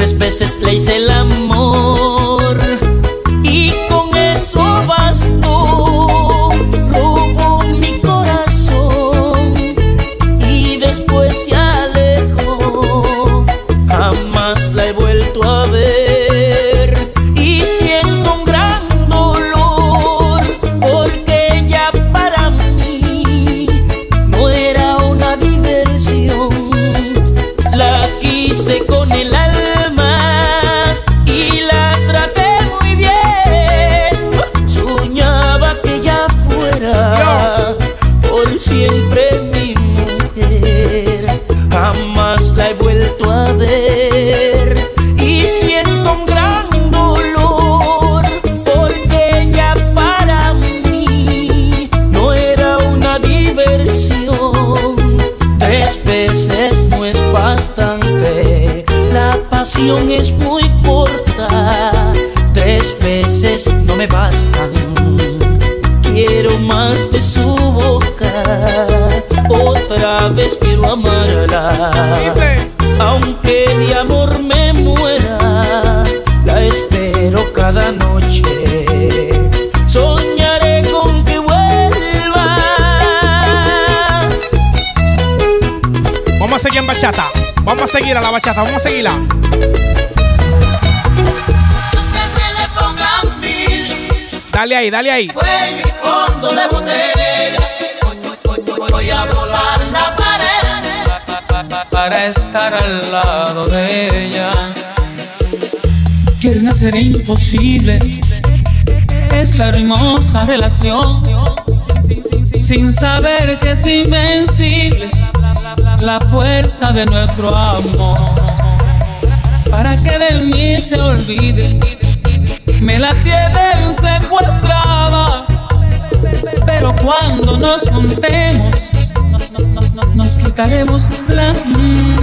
3 veces le hice el amor y con eso bastó. Robó mi corazón y después se alejó. Jamás la he vuelto a ver y siento un gran dolor, porque ella para mí no era una diversión. La quise con el alma y la traté muy bien. Soñaba que ella fuera por siempre mi mujer. Jamás la he vuelto a ver y siento un gran dolor, porque ella para mí no era una diversión. 3 veces no es bastante, la pasión es muy corta. 3 veces no me bastan, quiero más de su boca. Otra vez quiero amarla, aunque de amor me muera. La espero cada noche, soñaré con que vuelva. Vamos a seguir en bachata. Vamos a seguir a la bachata. Vamos a seguirla. Dale ahí, dale ahí. Fondo de botella, voy a volar la pared para estar al lado de ella. Quieren hacer imposible esta hermosa relación, sin saber que es invencible la fuerza de nuestro amor. Para que de mí se olvide, me la tienen secuestrada, pero cuando nos juntemos nos quitaremos la que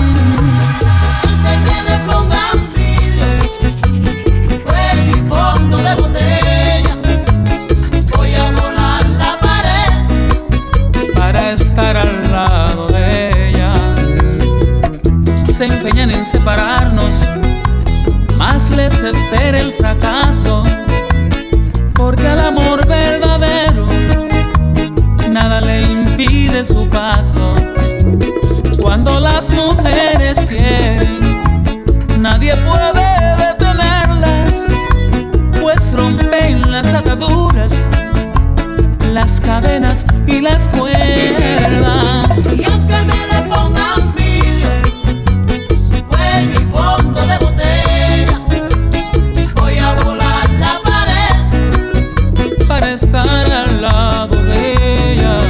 me pongan vidrio, fue mi fondo de botella. Voy a volar la pared para estar al lado de ella. Se empeñan en separarnos, más les espera el fracaso, porque al amor verdadero nada le impide su paso. Cuando las mujeres quieren, nadie puede detenerlas, pues rompen las ataduras, las cadenas y las cuerdas. Y aunque me le pongan vidrio, fue mi fondo de botella. Voy a volar la pared para estar al lado de ella.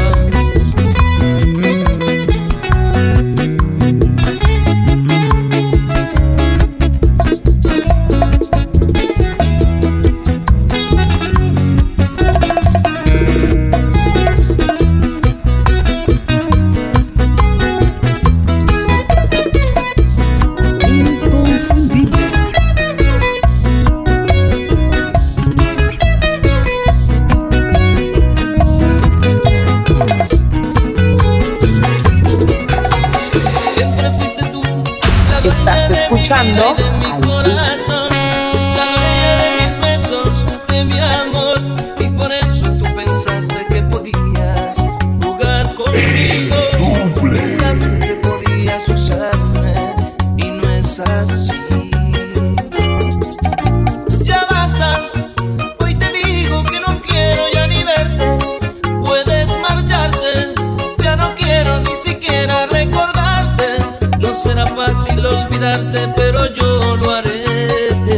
Estás escuchando de mi corazón, la dueña de mis besos, de mi amor, y por eso tú pensaste que podías jugar conmigo. Pensaste que podías usarme y no es así. Ya basta, hoy te digo que no quiero ya ni verte. Puedes marcharte, ya no quiero ni siquiera recordarte. No será fácil olvidarte, pero yo lo haré.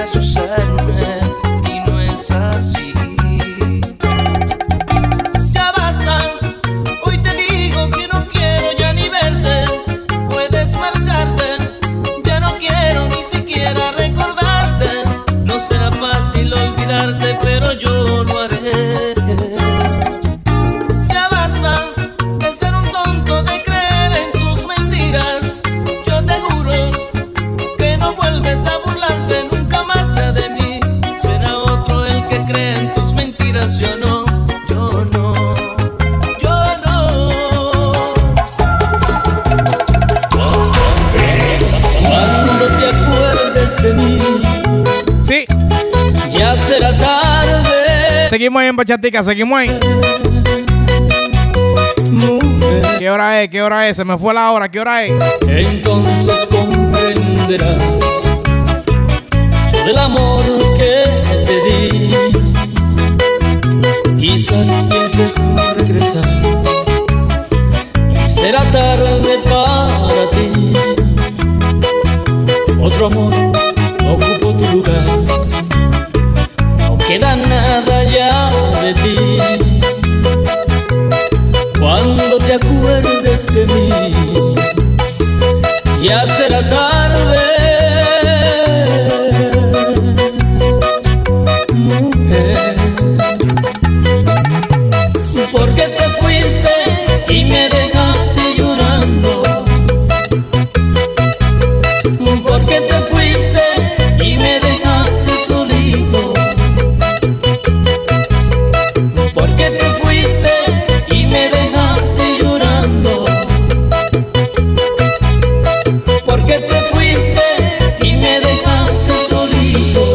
quieras usarme y no es así. Ya basta, hoy te digo que no quiero ya ni verte. Puedes marcharte, ya no quiero ni siquiera recordarte. No será fácil olvidarte, pero yo lo haré. Ya basta de ser un tonto, de creer en tus mentiras. Yo te juro que no vuelves a burlarte nunca más ya de mí. Será otro el que cree en tus mentiras, yo no, yo no, yo no. Cuando te acuerdes de mí, sí, ya será tarde. Seguimos ahí en Bachatica, seguimos ahí. ¿Qué hora es? ¿Qué hora es? Se me fue la hora, ¿qué hora es? Entonces comprenderás todo el amor que te di. Quizás pienses regresar y será tarde para ti. Otro amor ocupó tu lugar, no queda nada ya de ti. Cuando te acuerdes de mí, ya será tarde, mujer. Porque te fuiste y me dejaste llorando. Porque te fuiste y me dejaste solito. Porque te fuiste y me dejaste llorando. Porque te fuiste y me dejaste solito.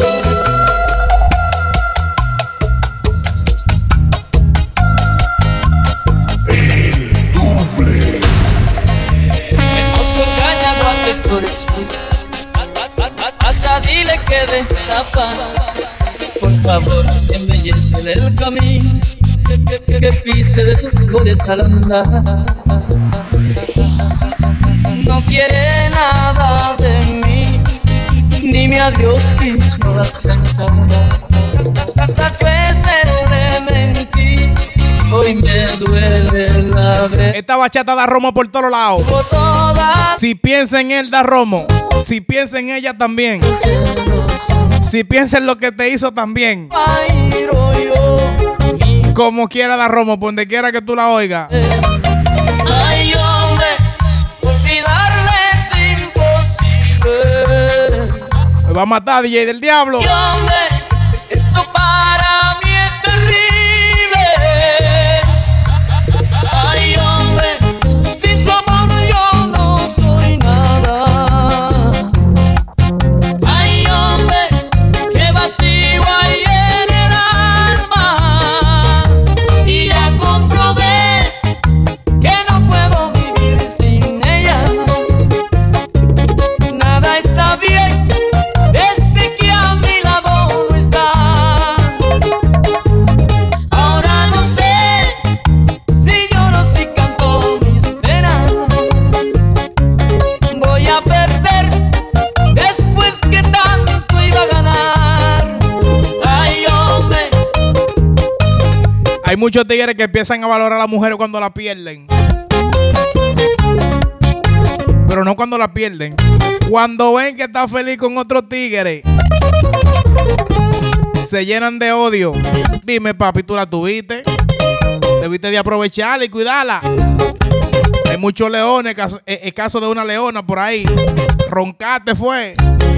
Hermoso callado ante tu hasta dile que deje la paz. Por favor, embellece el camino que pise de tus flores al andar. No quiere nada de mí, ni mi adiós quiso aceptar. Tantas veces le mentí, hoy me duele la verdad. Esta bachata da romo por todos lados. Si piensa en él, da romo. Si piensa en ella, también. Si piensa en lo que te hizo, también. Como quiera, da romo, por donde quiera que tú la oigas. Ay, hombre, olvidarle es imposible. Me va a matar, DJ del Diablo. Ay, hombre, esto para mí es terrible. Ay, hombre, sin su amor yo no soy nada. Ay, hombre, qué vacío hay en el alma. Y ya comprobé que no puedo vivir sin ella. Nada está bien desde que a mi lado no está. Ahora no sé si lloro, si canto mis penas. Voy a perder después que tanto iba a ganar. Ay, hombre. Hay muchos tigres que empiezan a valorar a la mujer cuando la pierden. Pero no cuando la pierden. Cuando ven que está feliz con otro tigre, se llenan de odio. Dime, papi, ¿tú la tuviste? Debiste de aprovecharla y cuidarla. Hay muchos leones, el caso de una leona por ahí. Roncate fue.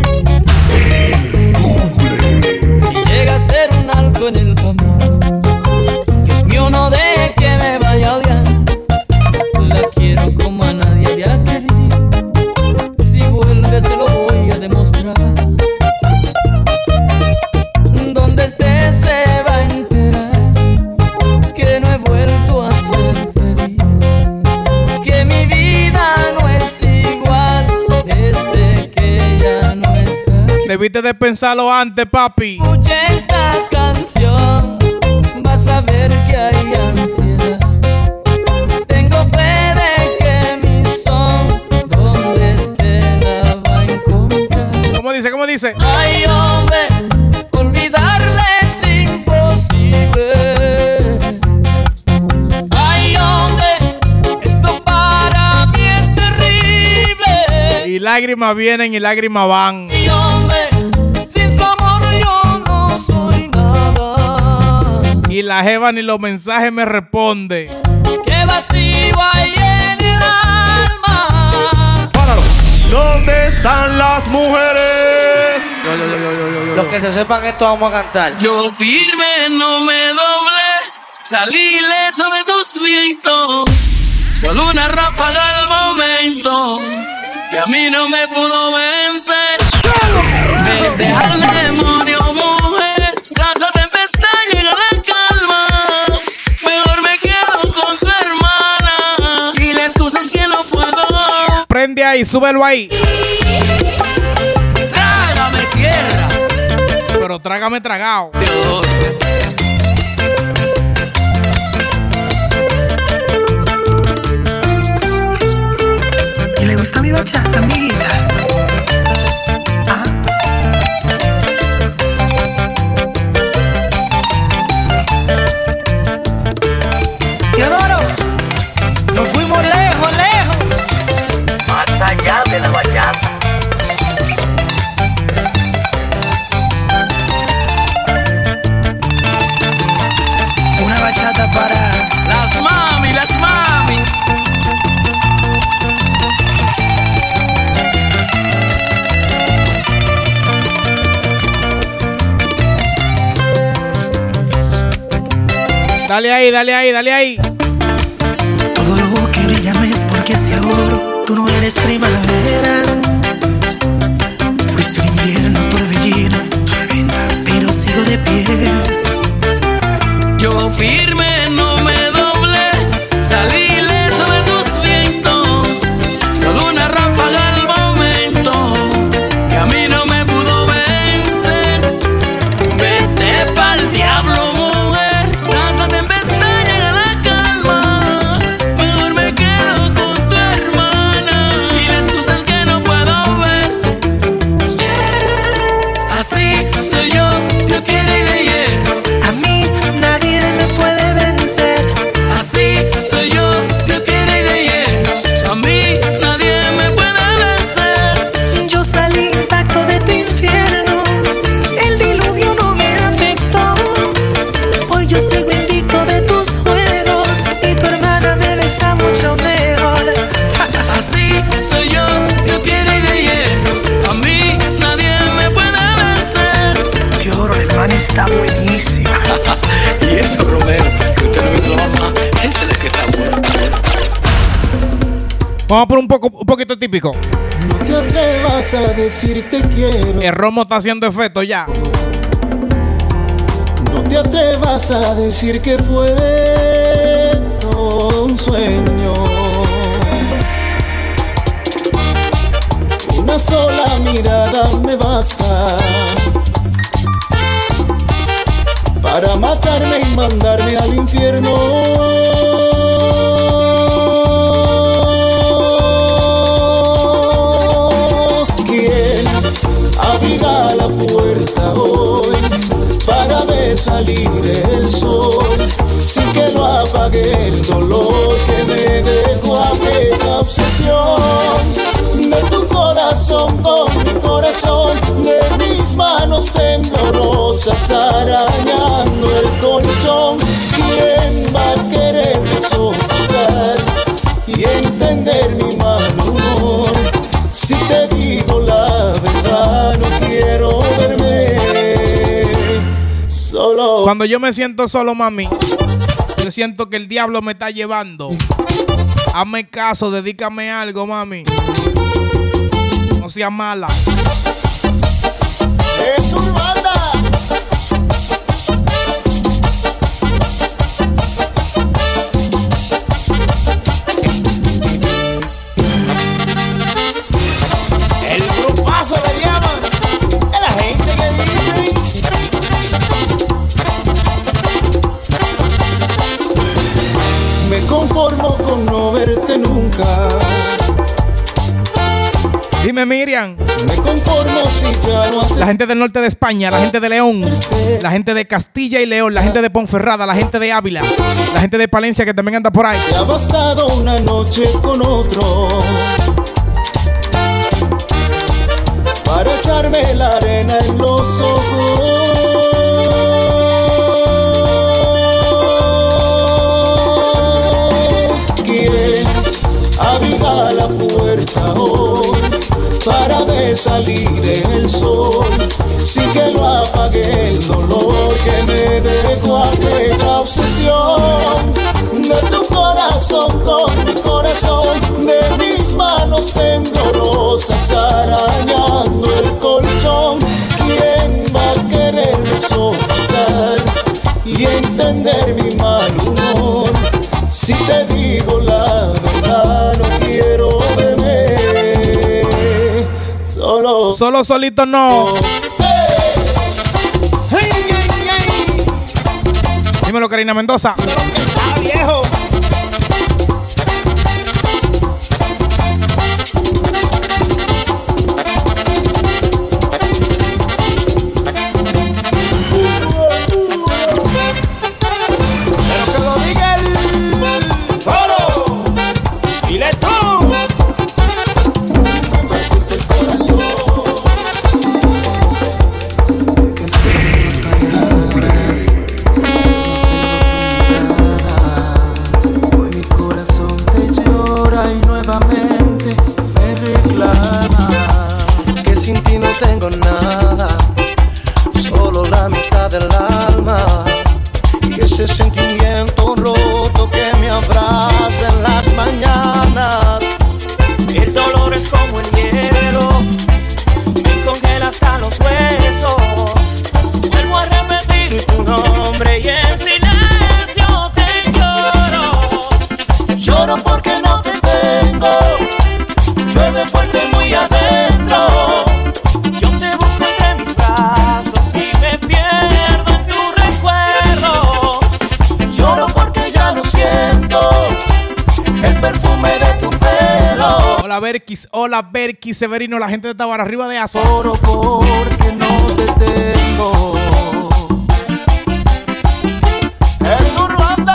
Si llega a ser un alto en el camino, Dios mío, no deje que me vaya a odiar. La quiero como a nadie había querido. Si vuelve se lo voy a demostrar. Donde esté se va a enterar que no he vuelto a ser feliz, que mi vida no es igual desde que ya no está. Debiste de pensarlo antes, papi. Escucha esta canción, vas a ver que hay ansiedad. Tengo fe de que mi son donde esté la va a encontrar. ¿Cómo dice? ¿Cómo dice? Ay, hombre. hombre, olvidarle es imposible. Ay, hombre, esto para mí es terrible. Y lágrimas vienen y lágrimas van. Y hombre, sin su amor yo no soy nada. Y la jeva ni los mensajes me responde. Qué vacío hay en el alma. ¿Dónde están las mujeres? Los que se sepan esto vamos a cantar. Yo firme, no me doble, salí ileso de tus vientos. Solo una ráfaga al momento, que a mí no me pudo vencer. Me deja el demonio, mujer, tras la tempestad llega la calma. Mejor me quedo con tu hermana, y las cosas que no puedo. Prende ahí, súbelo ahí. Trágame tierra. Pero trágame tragado. ¿Y le gusta mi bachata, amiguita? Ajá. Teodoro, nos fuimos lejos, lejos. Más allá de la bachata. Una bachata para las mami, las mami. Dale ahí, dale ahí, dale ahí. todo lo que me llames porque ese oro, tú no eres primavera. Fuiste un invierno, torbellino, pero sigo de pie. Yo firme, no me doble, salí ileso de tus vientos. Solo una ráfaga al momento, que a mí no me pudo vencer. Vete pa'l diablo, mujer, tras la tempestad llega la calma. Mejor me quedo con tu hermana, y las cosas que no puedo ver. Así soy yo, yo quiero y de hierro. A mí nadie me puede vencer. Así soy yo, yo quiero y de hierro. A mí nadie me puede vencer. Yo salí intacto de tu infierno, el diluvio no me afectó. Hoy yo sigo invicto de tus juegos y tu hermana me besa mucho mejor. Así soy yo, yo quiero y de hierro. A mí nadie me puede vencer. Teodoro, la hermana está buenísima. Y eso, Romero, que usted no ve de la mamá, esa es la que está buena. Vamos por un poquito típico. No te atrevas a decir te quiero. El romo está haciendo efecto ya. No te atrevas a decir que fue todo un sueño. Una sola mirada me basta para matarme y mandarme al infierno. ¿Quién abrirá la puerta hoy para ver salir el sol sin que lo apague el dolor que me dejó aquella obsesión de tu corazón con mi corazón, de mis manos temblorosas arañando el colchón? ¿Quién va a quererme soportar y entender mi mal humor? Si te digo la verdad, no quiero verme solo. Cuando yo me siento solo, mami, yo siento que el diablo me está llevando. Hazme caso, dedícame algo, mami. No seas mala. Es un banda. El grupazo le llaman. Es la gente que dice. Me conformo con no verte nunca. Dime, Miriam. Me conformo si ya no haces. La gente del norte de España, la gente de León, la gente de Castilla y León, la gente de Ponferrada, la gente de Ávila, la gente de Palencia que también anda por ahí. Te ha bastado una noche con otro para echarme la arena en los ojos. ¿Quién abrirá la puerta hoy para ver salir el sol sin que lo apague el dolor que me dejó aquella obsesión de tu corazón con mi corazón, de mis manos temblorosas arañando el colchón? ¿Quién va a quererme soportar y entender mi mal humor? Si te digo la verdad, no quiero beber. Solo solito no. Dímelo, Karina Mendoza. ¡Ah, viejo! Pero que lo diga el coro. Dile tú. Este corazón hoy mi corazón te llora y nuevamente me reclama que sin ti no tengo nada, solo la mitad del alma y ese sentimiento roto que me abraza en las mañanas. El dolor es como el hielo, me congela hasta los huesos. Vuelvo a repetir tu nombre y en silencio te lloro. Lloro porque no te tengo, llueve fuerte muy adentro. Yo te busco entre mis brazos y me pierdo en tu recuerdo. Lloro porque ya no siento el perfume de tu pelo. Hola Berkis Severino, la gente de Tabar arriba de Azo. Lloro porque no te tengo. Es Urbanda.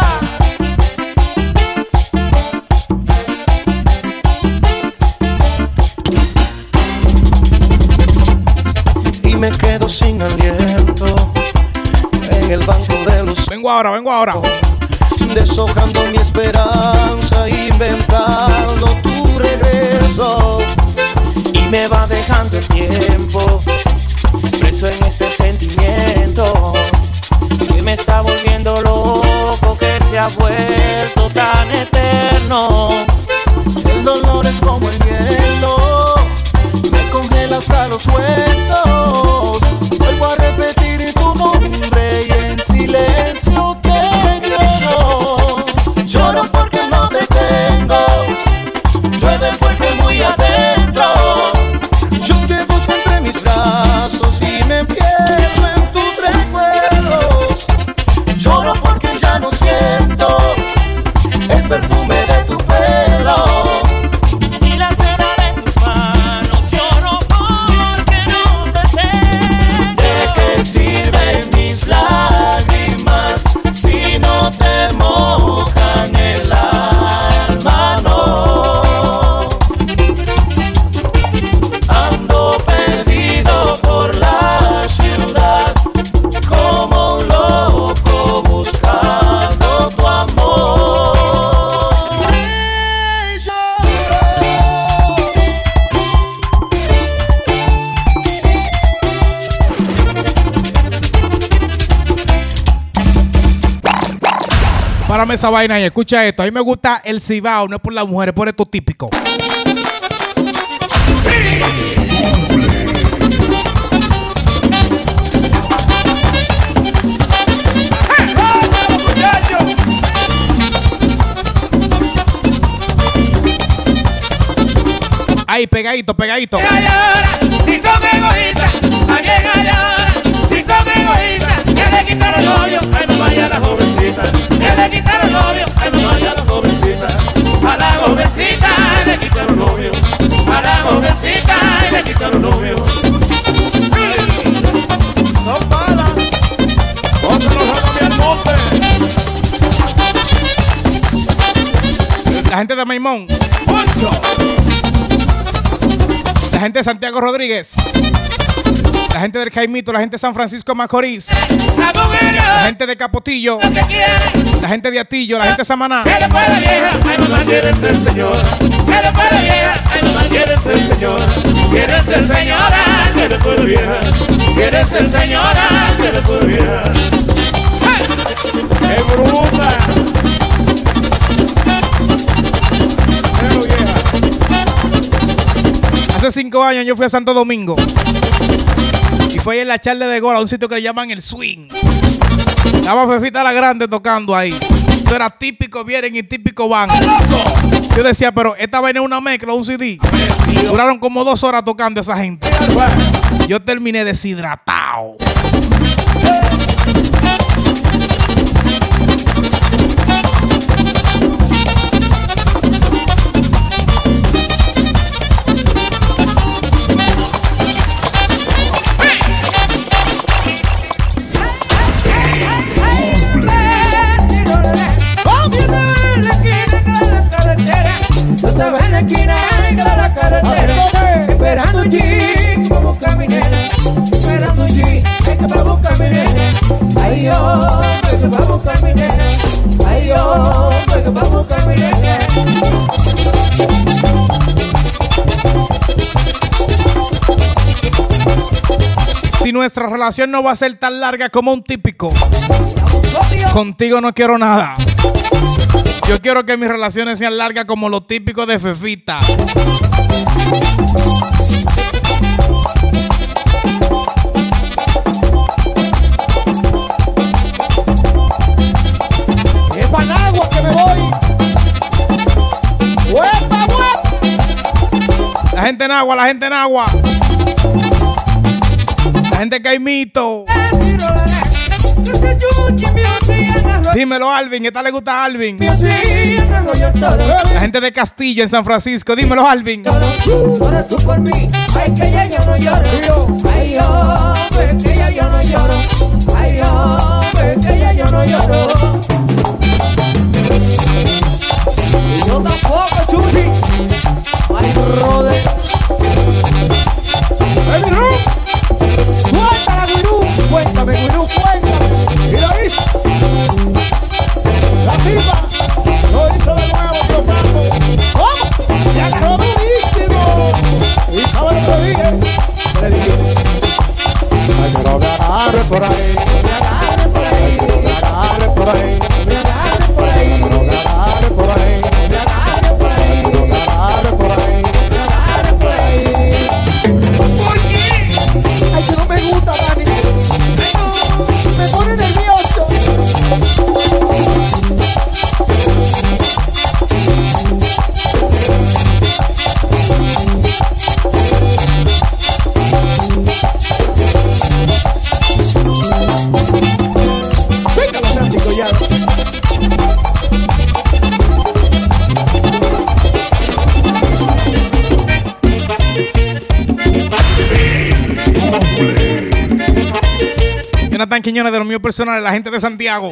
Y me quedo sin aliento en el banco de los. Vengo ahora. Deshojando mi esperanza, inventando tu regreso. Y me va dejando el tiempo preso en este sentimiento que me está volviendo loco, que se ha vuelto tan eterno. El dolor es como el hielo, me congela hasta los huesos. Vuelvo a repetir tu nombre y en silencio te lloro. Lloro porque no te tengo, llueve fuerte muy adentro. Yo te busco entre mis brazos y me pierdo en tus recuerdos. Lloro porque ya no siento el perfume de tu pelo y la cera de tus manos. Lloro porque no te tengo. ¿De qué sirven mis lágrimas si no te mojan el alma? No. Ando perdido por la ciudad como un loco buscando tu amor. Párame esa vaina y escucha esto. A mí me gusta el cibao, no es por las mujeres, por esto típico. Ahí, pegadito. Si son egoístas, alguien allá. Si son egoístas, que le quitaron el novio, ay mamá y a la jovencita. Que le quitaron el novio, ay mamá y a la jovencita. A la jovencita le quitaron el novio. A la jovencita le La gente de Maimón. La gente de Santiago Rodríguez. La gente del Jaimito, la gente de San Francisco de Macorís. La gente de Capotillo. La gente de Atillo, la gente de Samaná. Ay, mamá, quieres ser señor. Ay, mamá, quieres ser señor. Quieres ser señora, quieres ser vieja. Quieres ser señora, quieres ser vieja. ¡Qué bruta! Hace 5 años yo fui a Santo Domingo. Y fue ahí en la charla de Gola, un sitio que le llaman el Swing. Estaba Fefita la Grande tocando ahí. Eso era típico vienen y típico van. Yo decía, pero esta vaina es una mezcla, un CD. Duraron como 2 horas tocando esa gente. Yo terminé deshidratado. Yo estaba en la esquina de la carretera, esperando un jeep para buscar mi nena. Esperando un jeep para buscar mi nena. Ay, yo, para buscar mi nena. Ay, yo, para buscar mi nena. Si nuestra relación no va a ser tan larga como un típico, contigo no quiero nada. Yo quiero que mis relaciones sean largas como lo típico de Fefita. Es Panagua que me voy. ¡Huepa, huepa! La gente en agua, la gente en agua. La gente Caimito. Dímelo, Alvin. ¿Esta le gusta a Alvin? La gente de Castillo en San Francisco. Dímelo, Alvin. Ahora tú por mí. Ay, que ya yo no lloro. Ay, yo, que ya yo no lloro. Ay, yo, que ya yo no lloro. Y yo tampoco, Chuchi. Ay, brother. ¡Ay, Gurú! ¡Suéltala, Gurú! Cuéntame, Gurú, cuéntame. ¿Y lo hizo? La pipa lo hizo de nuevo, tocando. ¿Cómo? Le agarró durísimo. Y sabe lo que dije. Le dije. Ay, pero me agarre por ahí. Me agarre por ahí. Me agarre por ahí. Me agarre por ahí. Me agarre por ahí. Me agarre por ahí. Me agarre por ahí. Me agarre por ahí. ¿Por qué? Ay, que no me gusta, Dani. Me pone nervioso. Venga, los gráficos ya. Jonathan Quiñones de los míos personales, la gente de Santiago.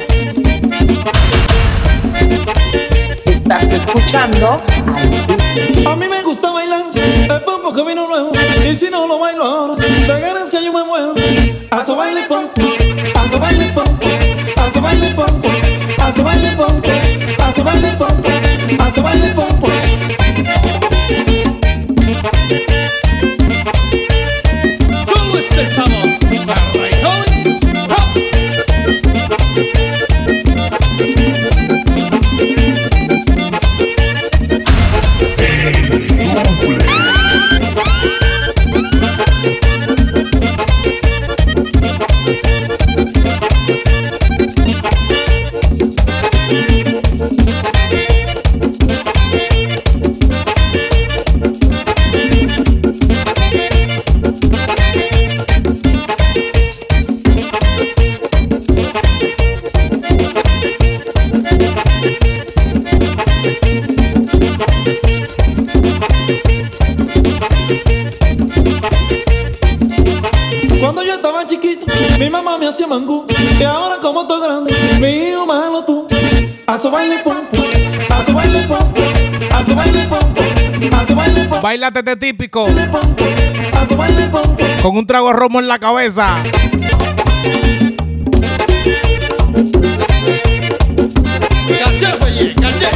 Estás escuchando. A mí me gusta bailar el pompo que vino nuevo. Y si no lo bailo ahora, te ganas que yo me muero. Alzo baile pompo, alzo baile pompo, alzo baile pompo, alzo baile pompo, alzo baile pompo, alzo baile pompo. Solo este sabor. Cuando yo estaba chiquito, mi mamá me hacía mangú. Y ahora como estoy grande, mi hijo malo tú. Alzo baile pompo, alzo baile pompo, a su baile pompo, a su baile pompo. Bailate este típico. Con un trago de romo en la cabeza. Caché, oye, caché.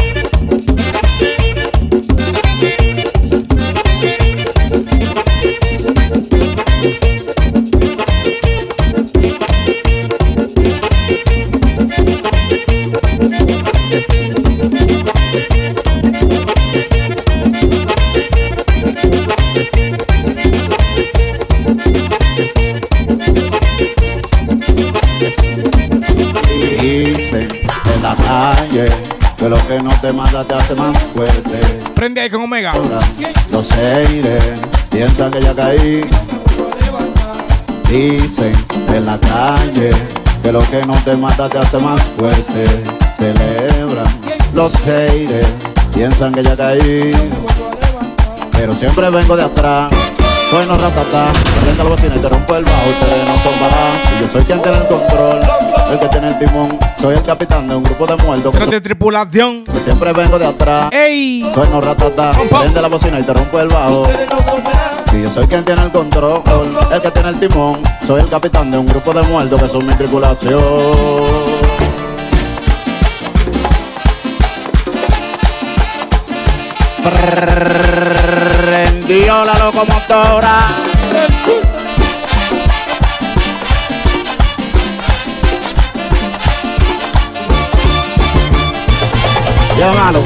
Dicen en la calle que lo que no te mata te hace más fuerte. Prende ahí con Omega. Los haters piensan que ya caí. Dicen en la calle que lo que no te mata te hace más fuerte. Celebran los haters, piensan que ya caí. Pero siempre vengo de atrás. Soy no ratata, prende la bocina y te rompo el bajo. Ustedes no son balas. Y yo soy quien tiene el control, el que tiene el timón. Soy el capitán de un grupo de muertos. Pero de tripulación. Siempre vengo de atrás. ¡Ey! Soy no ratata, prende la bocina y te rompo el bajo. Si yo soy quien tiene el control, el que tiene el timón. Soy el capitán de un grupo de muertos que son mi tripulación. Prendió la locomotora. Llámalo.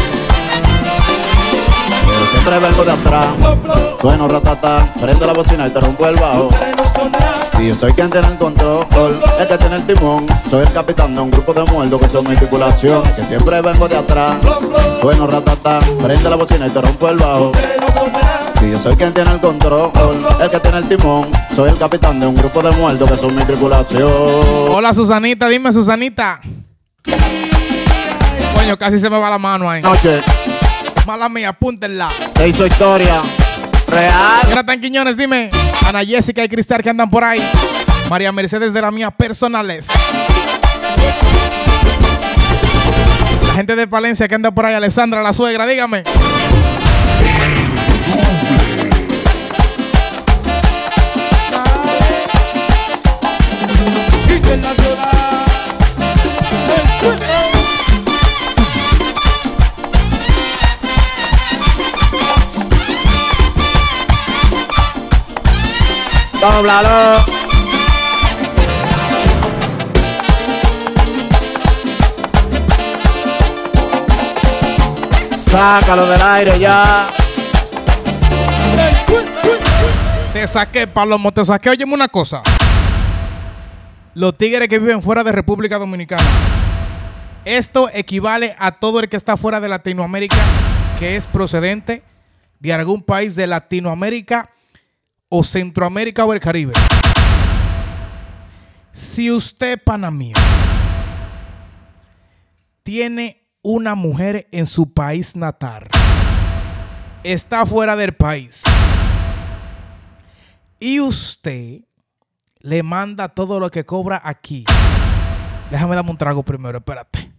Pero siempre vengo de atrás. Sueno ratata, prendo la bocina y te rompo el bajo. Si yo soy quien tiene el control, el que tiene el timón. Soy el capitán de un grupo de muertos que son mi tripulación. Que siempre vengo de atrás. Sueno ratata, prende la bocina y te rompo el bajo. Si yo soy quien tiene el control, el que tiene el timón. Soy el capitán de un grupo de muertos que son mi tripulación. Hola Susanita, dime Susanita. Coño, casi se me va la mano ahí. Noche. Mala mía, apúntenla. Se hizo historia real. Jonathan Quiñones, dime. Ana Jessica y Cristal que andan por ahí. María Mercedes de la mía personales. La gente de Palencia que anda por ahí. Alessandra, la suegra, dígame. Dóblalo. Sácalo del aire ya. Te saqué, Palomo, te saqué. Óyeme una cosa. Los tigres que viven fuera de República Dominicana. Esto equivale a todo el que está fuera de Latinoamérica, que es procedente de algún país de Latinoamérica o Centroamérica o el Caribe. Si usted, pana mío, tiene una mujer en su país natal, está fuera del país y usted le manda todo lo que cobra aquí. Déjame darme un trago primero, espérate.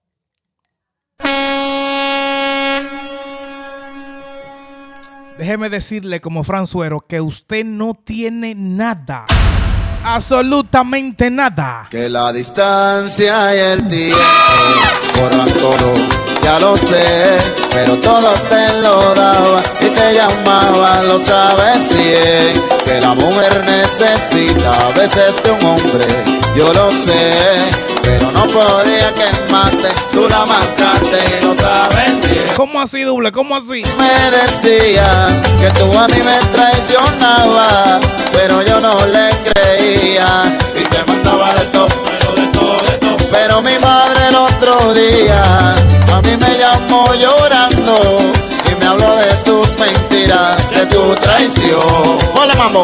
Déjeme decirle como Franzuero que usted no tiene nada. Absolutamente nada. Que la distancia y el tiempo borran todo, ya lo sé, pero todo te lo daba y te llamaba, lo sabes bien. Que la mujer necesita a veces de un hombre, yo lo sé, pero no podía quemarte, tú la marcaste y lo sabes bien. ¿Cómo así, doble? ¿Cómo así? Me decía que tú a mí me traicionabas, pero yo no le creía y te mandaba de todo, pero mi madre el otro día a mí me llamó llorando y me habló de tus mentiras, de tu traición. Hola, mambo.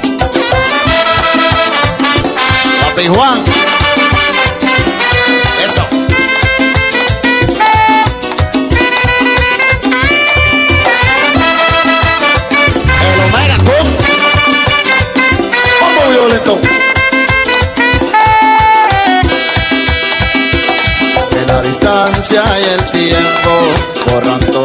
Papi Juan. Eso. El Omega Combo violento. Que la distancia y el tiempo borran todo,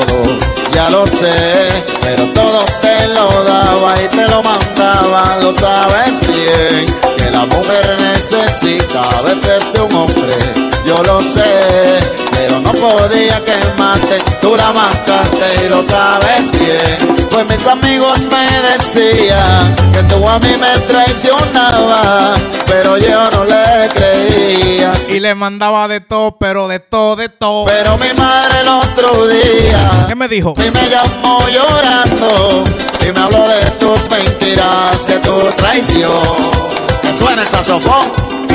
sé, pero todo te lo daba y te lo mandaba, lo sabes bien, que la mujer necesita a veces de un hombre, yo lo sé, pero no podía quemarte, tú la mataste y lo sabes bien, pues mis amigos me decían que tú a mí me traicionabas, pero yo no le creía. Y le mandaba de todo, pero de todo, de todo. Pero mi madre el otro día, ¿qué me dijo? Y me llamó llorando y me habló de tus mentiras, de tu traición. Que suena el saxofón.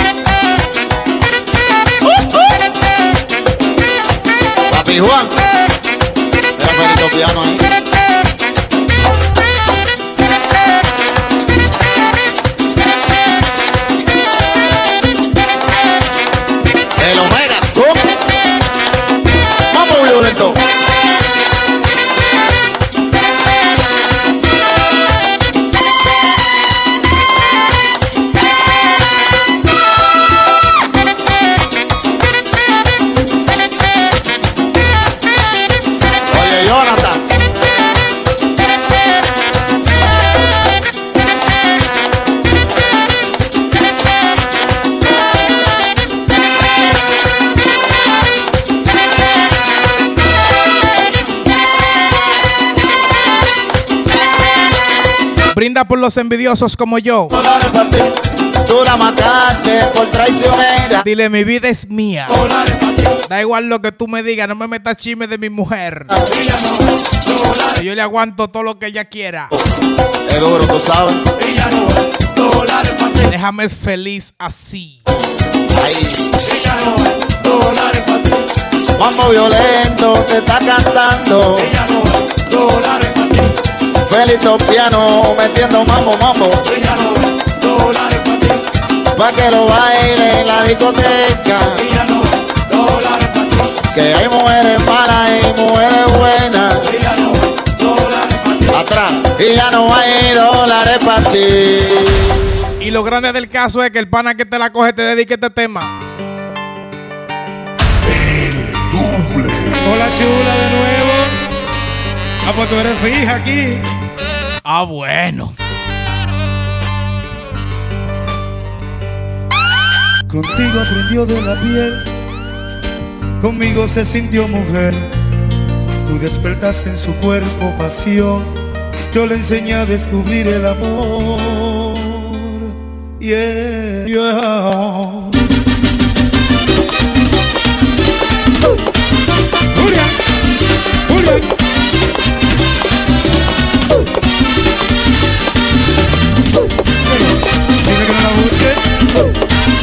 Papi Juan, mira Benito piano ahí. El Omega, vamos violento. Oye, Jonathan. Brinda por los envidiosos como yo. Tú la mataste por traicionera. Dile, mi vida es mía. Da igual lo que tú me digas, no me metas chisme de mi mujer. Que yo le aguanto todo lo que ella quiera. Es duro, tú sabes. Déjame feliz así. Ahí. Mambo violento te está cantando. Felito piano metiendo mambo. Pa' que lo baile en la discoteca. Que hay mujeres malas y mujeres buenas. Atrás y ya no hay dólares para ti. Y lo grande del caso es que el pana que te la coge te dedique este tema. Hola chula de nuevo. Ah, pues tú eres fija aquí. Ah, bueno. Contigo aprendió de la piel, conmigo se sintió mujer. Tú despertaste en su cuerpo pasión, yo le enseñé a descubrir el amor. Yeah, yeah. Julián, Julián. Dile que no la busque.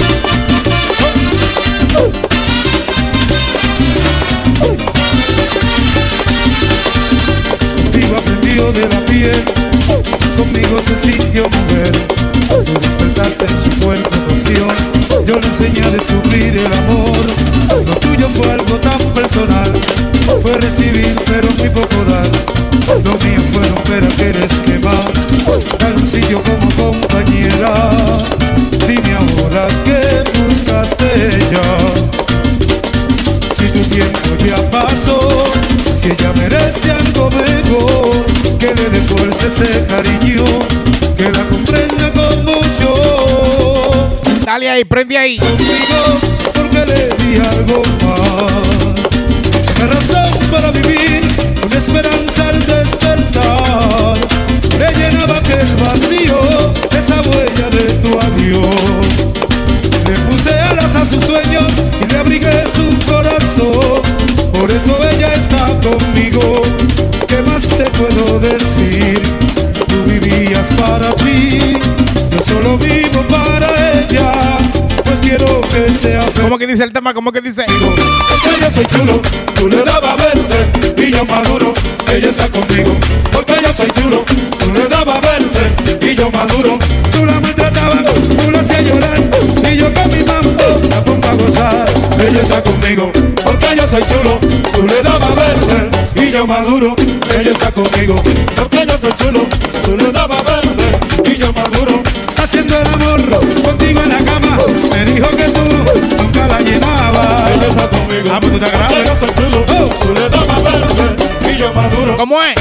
Contigo aprendió de la piel, conmigo se sintió mujer. Tú despertaste en su cuerpo pasión, yo le enseñé a descubrir el amor. Lo tuyo fue algo tan personal, fue recibir pero muy poco dar. Lo mío fue romper a querer quemar, dar un sitio como compañera. Dime ahora qué buscaste ya. Si tu tiempo ya pasó, si ella merece algo mejor, que le dé fuerza ese cariño, que la comprenda como yo. Dale ahí, prende ahí. Conmigo, porque le di algo más. Una razón para vivir, una esperanza al despertar. Le llenaba aquel vacío, esa huella de tu adiós. Le puse alas a sus sueños y le abrigué su corazón. Por eso ella está conmigo. ¿Qué más te puedo decir? Tú vivías para ti, yo solo vivo para ella. Pues quiero que sea feliz. ¿Cómo que dice el tema? ¿Cómo que dice? Porque yo soy chulo, tú le dabas verde y yo maduro. Ella está conmigo. Porque yo soy chulo, tú le dabas verde y yo maduro. Tú la maltratabas, tú la hacías llorar y yo con mi mambo la pongo a gozar. Ella está conmigo. Porque yo soy chulo, tú le dabas verde y yo maduro. Ella está conmigo. Porque yo soy chulo, tú le dabas verde y yo maduro. Haciendo el amor contigo en la cama, me dijo que tú nunca la llenabas. Ella está conmigo. Ah, pues tú te agradas. Yo soy chulo, tú le dabas verde y yo maduro. ¿Cómo es? Ella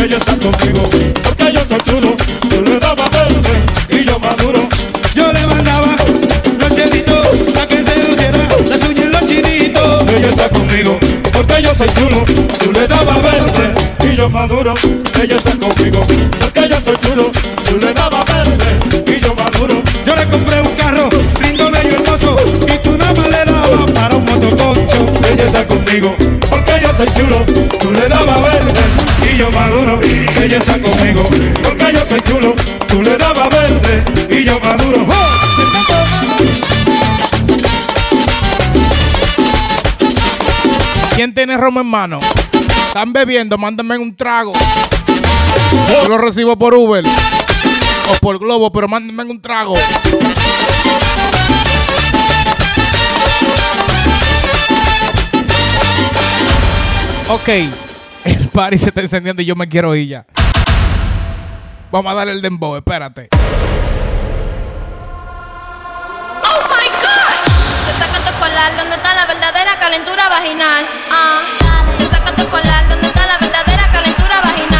conmigo, porque yo soy chulo. Tú le dabas verde y yo maduro. Yo le mandaba los chelitos a que se luciera las uñas y los chinitos. Ella está conmigo, porque yo soy chulo. Tú le dabas verde y yo maduro. Ella está conmigo, porque yo soy chulo. Tú le dabas verde y yo maduro. Yo le compré un carro lindo, bello, hermoso, y tú nada más le dabas para un motoconcho. Ella está conmigo, porque yo soy chulo. Tú le dabas verde y yo maduro. Ella está conmigo, porque yo soy chulo. Tú le dabas verde y yo maduro. ¿Quién tiene romo en mano? ¿Están bebiendo? Mándenme un trago. Yo lo recibo por Uber o por Globo, pero mándenme un trago. Ok, el party se está encendiendo y yo me quiero ir ya. Vamos a darle el dembow, espérate. Oh my God. Te saca tu colar, ¿dónde está la verdadera calentura vaginal? Te saca tu colar, ¿dónde está la verdadera calentura vaginal?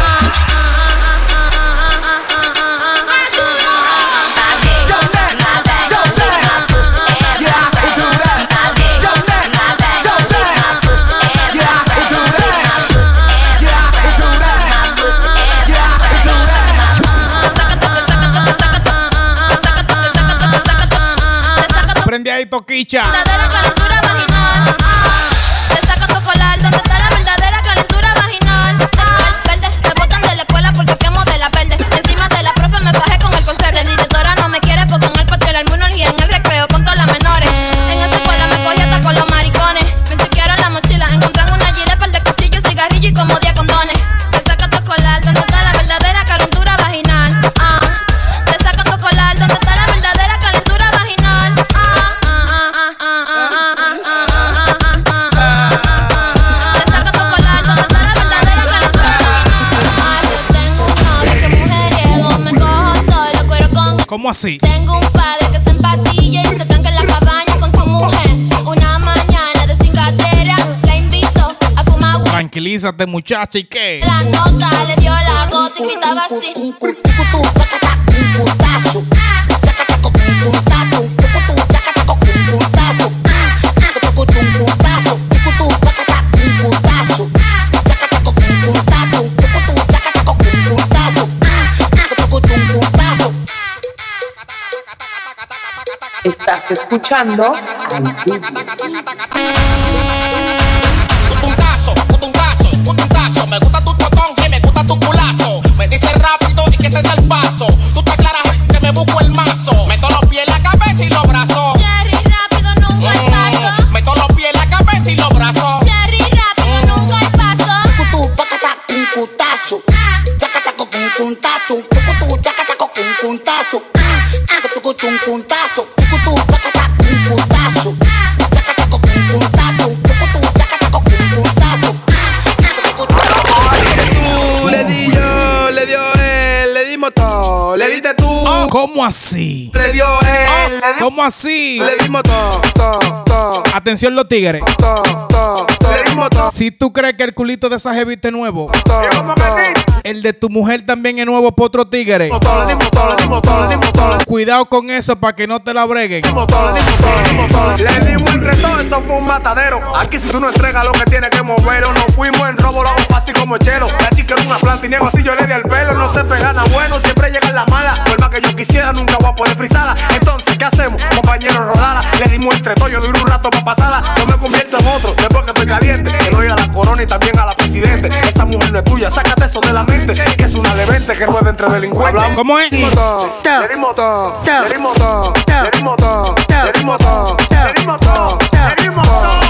Prende ahí, Toquicha. Verdadera calentura vaginal. Te saca tu colar, ¿dónde está la verdadera calentura vaginal? Verde, me botan de la escuela porque quemo de la verde. Encima de la profe me fajé con el conserje. La directora no me quiere porque en el patio la almuerzo en el recreo con todas las menores. En esa escuela me cogí hasta con los maricones. Me chequearon la mochila, encontraron una gilet, par de cuchillos, cigarrillos y como 10 condones. Te saca tu colar, ¿dónde está la verdadera calentura vaginal? Te saca tu colar, ¿dónde está la verdadera calentura vaginal? ¿Cómo así? Tengo un padre que se empatilla y se tranca en la cabaña con su mujer. Una mañana de sin cartera la invito a fumar. Tranquilízate, muchacha, ¿y qué? La nota le dio la gota y gritaba así. Estás escuchando Puntazo, me gusta tu totón y me gusta tu culazo. Me dice rápido y que te da el paso. Tú te aclaras que me busco el mazo. Meto los pies en la cabeza y los brazos. Cherry, rápido, nunca hay paso. Meto los pies en la cabeza y los brazos. Cherry, rápido, nunca hay paso. Le di yo, le dio él, le dimos todo, le diste tú. ¿Cómo así? Le dio él, ¿Cómo así? le dimos todo. Atención los tigres. Le dimos todo. Si tú crees que el culito de esa jevita es nuevo, el de tu mujer también es nuevo para otro tigre. Cuidado con eso para que no te la breguen. Le dimos el reto, eso fue un matadero. Aquí si tú no entregas lo que tienes que moverlo. No fuimos en robo, lo hago fácil como chelo. La chica era una planta y niego así yo le di el pelo. No se pega nada bueno, siempre llegan las malas. Por más que yo quisiera, nunca voy a poder frizarla. Entonces, ¿qué hacemos? Compañeros, rodala. Le dimos el reto, yo duré un rato para pasarla. Yo me convierto en otro, después que estoy caliente. Que doy a la corona y también a la presidente. Esa mujer no es tuya, sácate eso de la mente. Que es una lemente que rueda entre delincuentes. ¿Cómo es? Le dimos todo, le dimos todo, le dimos todo, le dimos todo, le dimos todo, le dimos todo, le dimos todo.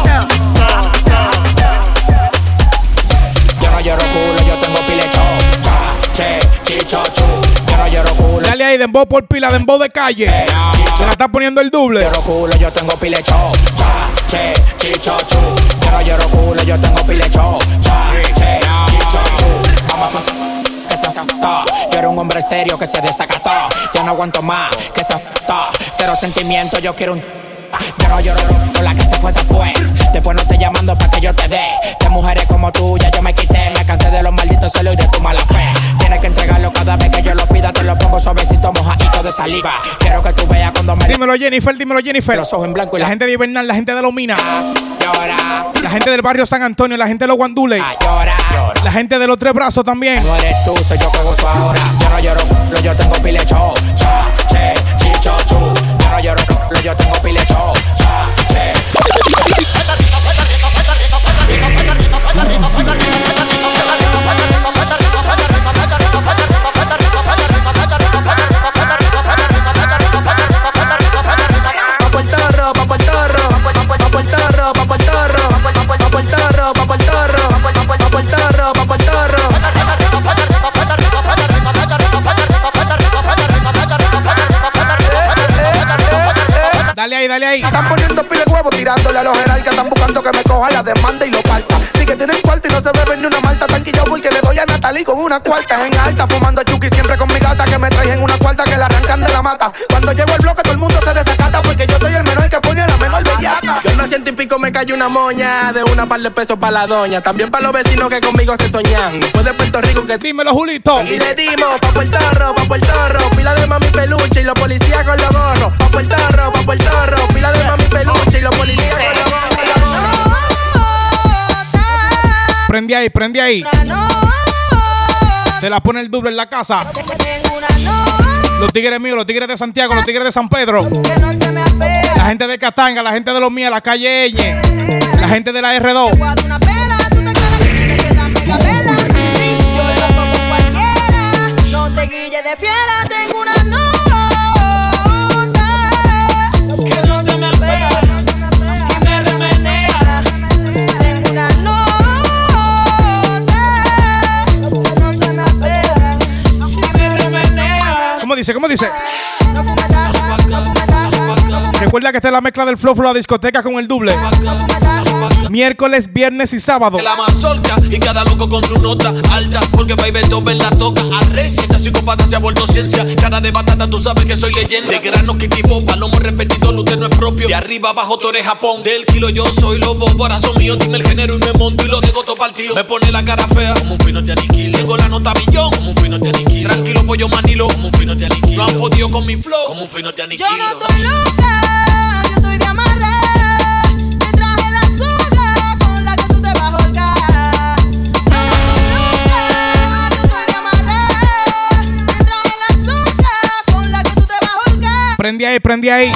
Yo no lloro culo, yo tengo pilecho. Che, chicho, chu. Yo no lloro culo. Dale ahí, dembow por pila, dembow de calle. Se la está poniendo el doble. Lloro culo, yo tengo pilecho. Che, chicho, chu. Yo no lloro culo, yo tengo pilecho. Che, chicho, chu. Vamos a que se está. Yo era un hombre serio que se desacató. Yo no aguanto más que se está. Cero sentimiento, yo quiero un. Yo no lloro por la que se fue. Después no estoy llamando para que yo te dé. De mujeres como tú ya yo me quité. Me cansé de los malditos celos y de tu mala fe. Tienes que entregarlo cada vez que yo lo pida. Te lo pongo suavecito, mojadito de saliva. Quiero que tú veas cuando me... Dímelo Jennifer. Los ojos en blanco y la gente de Ibernal, la gente de Los Minas. Llora. La gente del barrio San Antonio, la gente de los Guandules. Llora. La gente de los Tres Brazos también. No eres tú, soy yo que gozo ahora. Yo no lloro, yo tengo pilecho. Cha, che, chicho, chu. Yo no lloro, yo tengo pilecho. Cha, che. Dale ahí. Están poniendo pile de huevo tirándole a los jerarcas. Están buscando que me coja la demanda y lo parta. Sí que tienen cuarto y no se beben ni una malta. Tanquillo porque le doy a Natalie con una cuarta en alta. Fumando chuki siempre con mi gata. Que me traen una cuarta que la arrancan de la mata. Cuando llego al bloque todo el mundo se desacata. Porque yo soy el menor que pone a la menor bellaca. Yo no siento y pico me cayó una moña. De una par de pesos para la doña. También para los vecinos que conmigo se soñan. Fue de Puerto Rico que... Dímelo, Julito. Y le dimos pa' Puerto Rico. Fila de mami peluche y los policías con los gorros. Pa' Puerto Rico. Fila de mami peluche y los policías con los gorros. Prende ahí. Te la pone el doble en la casa. Los tigres míos, los tigres de Santiago, los tigres de San Pedro. La gente de Catanga, la gente de Los Mías, la calle Eñe. La gente de la R2. No te guilles de fiera, tengo una nota que no se me pega y me remenea. Tengo una nota que no se me pega y me remenea. ¿Cómo dice? Recuerda que esta es la mezcla del flow la discoteca con el doble. Miércoles, viernes y sábado. La mazorca y cada loco con su nota alta. Porque baby Beethoven la toca arrecia. Esta psicópata se ha vuelto ciencia. Cara de batata, tú sabes que soy leyenda. De grano, kitipo, palomo repetido, usted no es propio. De arriba abajo tú eres Japón. Del kilo yo soy lobo, corazón mío. Dime el género y me monto y lo dejo todo partido. Me pone la cara fea, como un fino te aniquilo. Tengo la nota billón, como un fino te aniquilo. Tranquilo pollo manilo, como un fino te aniquilo. No han podido con mi flow, como un fino te aniquilo. Yo no estoy loca, yo estoy de amarre. Te traje la soga con la que tú te vas a holgar. Yo no estoy loca, yo estoy de amarre. Te traje la soga con la que tú te vas a holgar. Prende ahí.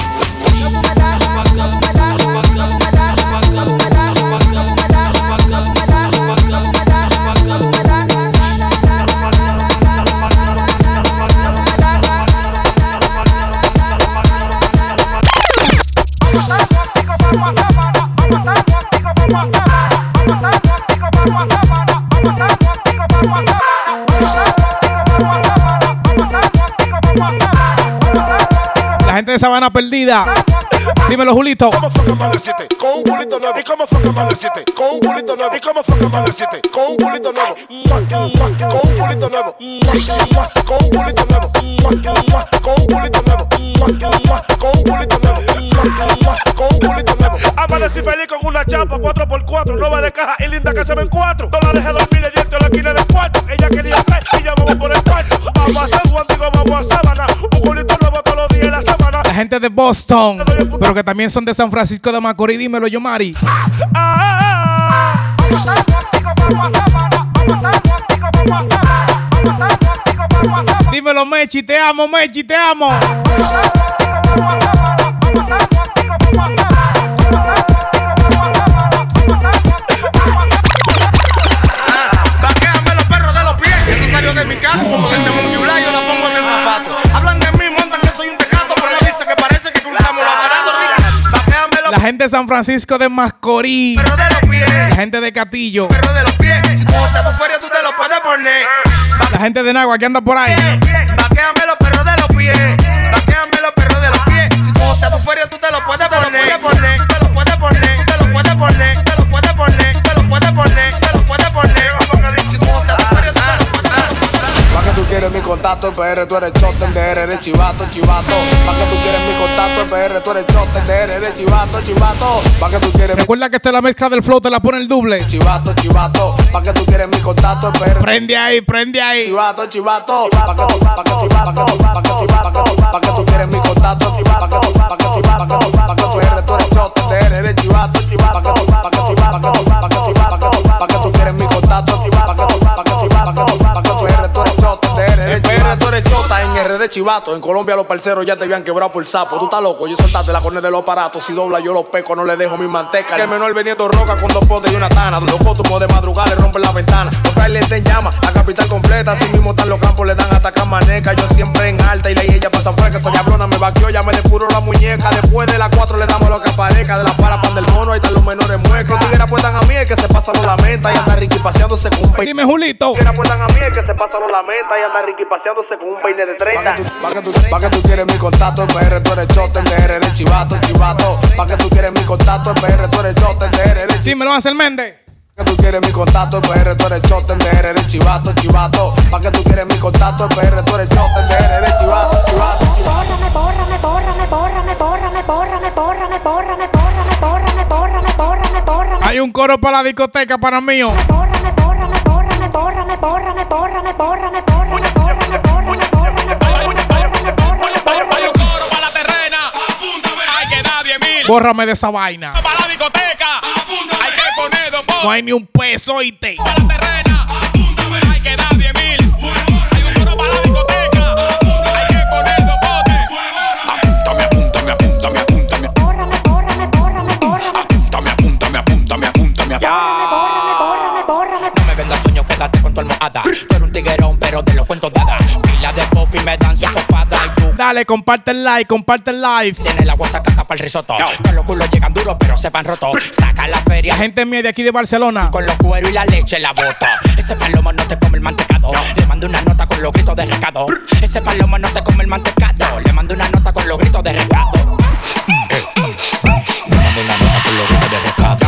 La gente de Sabana Perdida. Dímelo, Julito. ¿Cómo fue que amaneciste? Con un culito nuevo. ¿Y cómo fue que amaneciste? Con un culito nuevo. ¿Y cómo fue que amaneciste? Con un culito nuevo. Con un culito nuevo. Con un culito nuevo. Con un culito nuevo. Con un culito nuevo. Con un culito nuevo. Amanecí feliz con una chapa 4x4. Nueva de caja y linda que se ven 4. $2 de 2000 dientes a la esquina del cuarto. Ella quería 3 y ya vamos por el cuarto. Vamos a hacer Juan, digo, vamos a Sabana. Un culito nuevo todos los días de la semana. La gente de Boston, pero que también son de San Francisco de Macorís. Dímelo, Yomari. Dímelo, Mechi, te amo, Mechi, te amo. Vaquéame los perros de los pies. Eso salió de mi casa como que se movió yo la pongo en el zapato. Hablan de mí, montan que soy un tecato, pero dice que parece que cruzamos la parada. Vaquéame los La gente de San Francisco de Macorís. perros de los pies. La gente de Catillo. Perros de los pies. Si tú usas tu feria, tú te lo puedes poner. La gente de Nagua que anda por ahí. Vaquéame los perros de los pies. Vaquéame los perros de los pies. Si tú usas tu feria, tú te lo puedes poner. Tú te lo puedes poner. Tú te lo puedes poner. Tú te lo puedes poner. Tú te lo puedes poner. Tú te lo puedes poner. Si tú usas tu feria, tú te lo puedes poner. ¿Para qué tú quieres mi contacto? contacto, en PR tú eres choten, de eres chivato, chivato. Pa' que tú quieres mi contacto, en PR tú eres choten, de eres chivato, chivato. Pa' que tú quieres. Recuerda que esta es la mezcla del flow, te la pone el doble. Chivato, chivato. Pa' que tú quieres mi contacto, en PR. Prende ahí, prende ahí. Chivato, chivato. Pa' que tú quieres mi contacto, pa' que tú PR tú eres choten, de eres chivato, pa' que tú quieres mi contacto, pa' que tú PR tú eres choten, de eres PR tú eres chota, en RD chivato. En Colombia los parceros ya te habían quebrado por sapo. Tú estás loco, yo soltaste la cornea de los aparatos. Si dobla yo los peco, no le dejo mi manteca. Que el menor vendiendo roca con 2 potes y una tana. Los cótumos de madrugada le rompen la ventana. Los trailers te llaman, la capital completa. Así mismo están los campos, le dan hasta camaneca. Yo siempre en alta y ella pasa fresca. Esa diablona me vaqueó, ya me depuró la muñeca. Después de las 4 le damos lo que aparezca. De la para pan del mono, ahí están los menores muecos. Los tigres apuestan a mí, el que se pasa no lamenta. Y anda Ricky paseándose con un peine. Dime, Julito. Los tigres apuestan a mí, el que se pasa no lamenta. Y anda Ricky paseándose con un peine de 30. Pa' que tú quieres mi contacto, en PR tú eres choten, de eres chivato, chivato. Pa' que tú quieres mi contacto, en PR tú eres choten, de eres chivato. Dímelo, Ansel Méndez. Pa' que tú quieres mi contacto, en PR tú eres choten, de eres chivato, chivato. Pa' que tú quieres mi contacto, en PR tú eres choten, de eres chivato, chivato. Hay un coro para la discoteca, para mío. Bórrame de esa vaina. Para la discoteca, hay que poner 2 potes. No hay ni un peso, oíste. Para la terrena, hay que dar 10.000. Hay un coro para la discoteca, hay que poner 2 potes. Apúntame. No me vendas sueños, quédate con tu almohada. Tú eres un tiguerón, pero de los cuentos dada. Pila de pop y me dan su copada. Dale, comparte el like, comparte el live. Tiene la guasa caca para el risotto. Con los culos llegan duros, pero se van rotos. Saca la feria. La gente mía de aquí de Barcelona. Con los cueros y la leche la bota. Ese palomo no te come el mantecado. Le mando una nota con los gritos de recado. Ese palomo no te come el mantecado. Le mando una nota con los gritos de recado. Le mando una nota con los gritos de recado.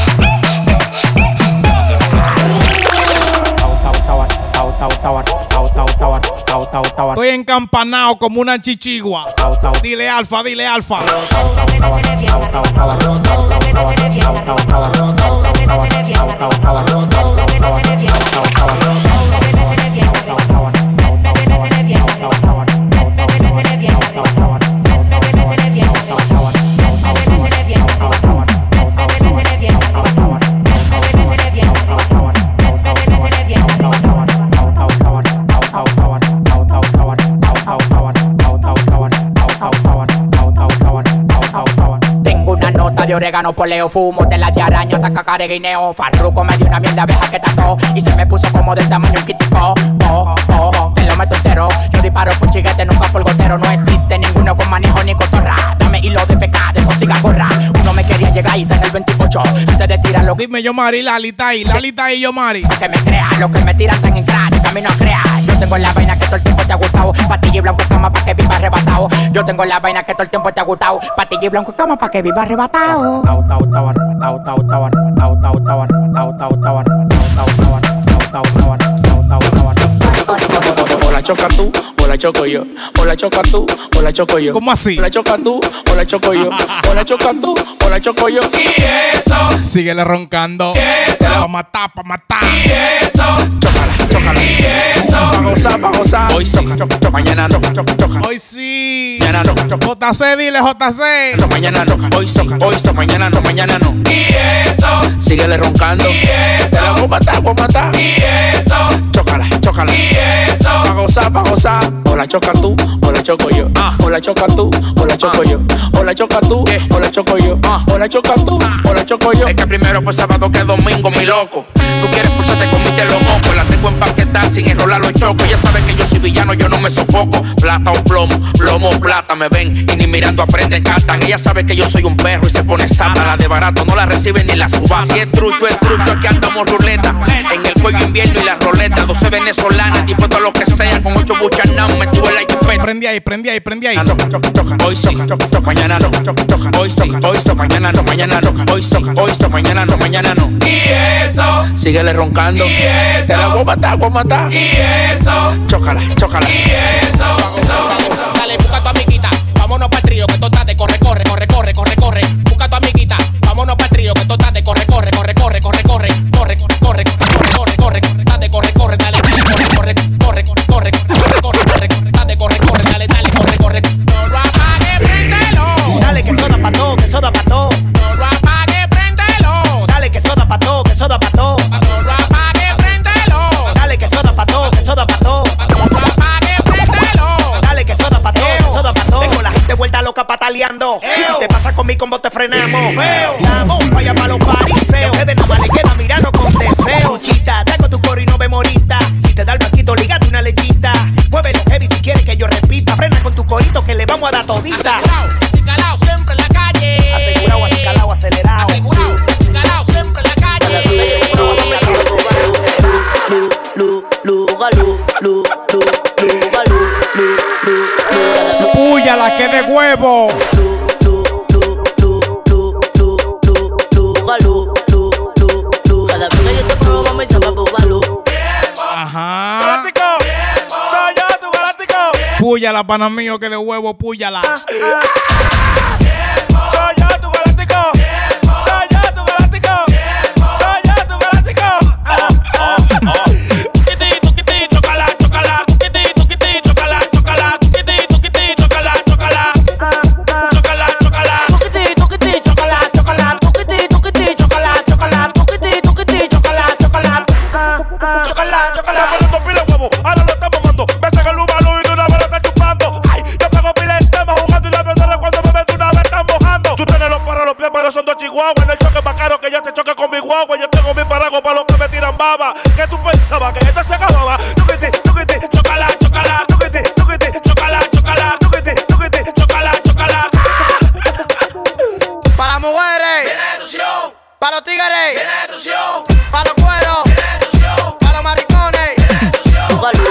Estoy encampanado como una chichigua. Dile alfa, dile alfa. De orégano, poleo, fumo, tela de araña, hasta cacare, guineo. Farruko me dio una mierda abeja que tató y se me puso como del tamaño un kitico. Te lo meto entero. Yo disparo por chiguete, nunca por gotero. No existe ninguno con manejo ni cotorra. Dame hilo de pecado, de consiga gorra. Uno me quería llegar y está en el 28. Antes de tirarlo. Dime, Yomari, Lalita y Yomari. Pa' que me crea, los que me tiran están en crack. Camino a crear. Yo tengo la vaina que todo el tiempo te ha gustado. Patilla y blanco cama pa' que viva arrebatado. Yo tengo la vaina que todo el tiempo te ha gustado. Patilla y blanco cama pa' que viva arrebatado. O la choca tú, o la choco yo. O la choca tú, o la choco yo. ¿Cómo así? O la choca tú, o la choco yo. O la choca tú, o la choco yo. Y eso, síguele roncando. Pa' matar, pa' matar. y eso, Chócala. y eso, Pa' gozar. Hoy choca, mañana no, choca. Hoy sí. Mañana no, JC, dile JC. no, mañana no. Hoy mañana no. y eso, Síguele roncando. y eso, Te la voy a matar. y eso, Chócala. y eso. Pa' gozar. O la choca tú, o la choco yo. O la choca tú, o la choco yo. O la choca tú, o la choco yo. O la choca tú, o la choco yo. Es que primero fue sábado que domingo, mi loco. Tú quieres pulsarte con mi lo moco. La tengo empaquetada sin enrolar los chocos. Ya sabes que yo soy villano, yo no me sofoco. Plata o plomo o plata. Me ven y ni mirando aprenden, cantan. Ella sabe que yo soy un perro y se pone sata. La de barato no la recibe ni la suba. Si es trucho, aquí andamos ruleta. En el cuello invierno y la roleta. 12 venezolanas, dispuesto a lo que sea. Con 8 buchanas, me tuve la chupeta. Prendí ahí. Hoy choca, mañana no. Hoy choca, mañana no. Hoy choca, mañana no. Y eso, Síguele roncando. y eso, Te la voy a matar. matar. Y eso. Chócala, chócala. Y eso. Dale, busca a tu amiguita, vámonos pa'l trío, que tú estás de corre, corre, corre, corre, corre, corre. Busca a tu amiguita, vámonos pa'l trío, que tú estás de corre, corre, corre, corre, corre, corre, corre, corre, corre, corre, corre, estás de corre, corre, dale, corre, corre, corre, corre, corre, corre, estás de corre, corre, dale, dale, corre, corre. No lo apagues, préndelo. Dale que soda pa' todo, que soda pa' todo. No lo apagues, préndelo. Dale que soda pa' todo, que soda pa' todo. No lo apagues, préndelo. Dale que soda pa' todo, que soda pa' todo. No lo apagues, préndelo. Dale que soda pa' todo, que soda pa' todo. Tengo la gente vuelta loca pataleando. Y si te pasas con mi combo te frenamos. Vamos pa' allá pa' los pariseos. Ustedes nada más le queda mirando con deseo. Chita, traigo tu coro y no ve morita. Si te da el banquito, lígate una lechita. Muévelo heavy si quieres que yo repita. Frena con tu corito que le vamos a dar todita. Acicalao siempre en la calle. Asegurado, acicalao, acelerado. Asegurado, acicalao siempre en la calle. Púyala, que de huevo. Ajá. Galáctico, soy yo, tu galáctico. Púyala, pana mío, que de huevo, púyala. Soy yo, tu galáctico. Soy yo, tu galáctico. Soy yo, tu galáctico. Tuquiti, tuquiti, chocala, chocala. Tuquiti, tuquiti, chocala, chocala. Tuquiti, tuquiti, chocala, chocala. Chocala, chocala. Tuquiti, tuquiti, chocala, chocala. Tuquiti, tuquiti, chocala, chocala. Tuquiti, tuquiti, chocala, chocala. Chocala, chocala. Poniendo pila de huevo, ahora lo estamos mamando. Me saca el humano y de una vez lo está chupando. Ay, yo pego pila de tema jugando y la verdad cuando me meto una vez están mojando. Tú tienes los perros, los pies, pero son dos chihuahuas. En el choque más caro que ya te choque con mi guagua. Yo tengo mi parago para los que me tiran baba. ¿Qué tú pensabas? Que esta se acababa. Tuquiti, tuquiti, chocala, chocala. Tuquiti, tuquiti, chocala, chocala. Tuquiti, tuquiti, chocala, chocala. Para las mujeres, viene destrucción. para los tigres, Viene destrucción. para los cueros, Viene destrucción. para los maricones. Viene destrucción.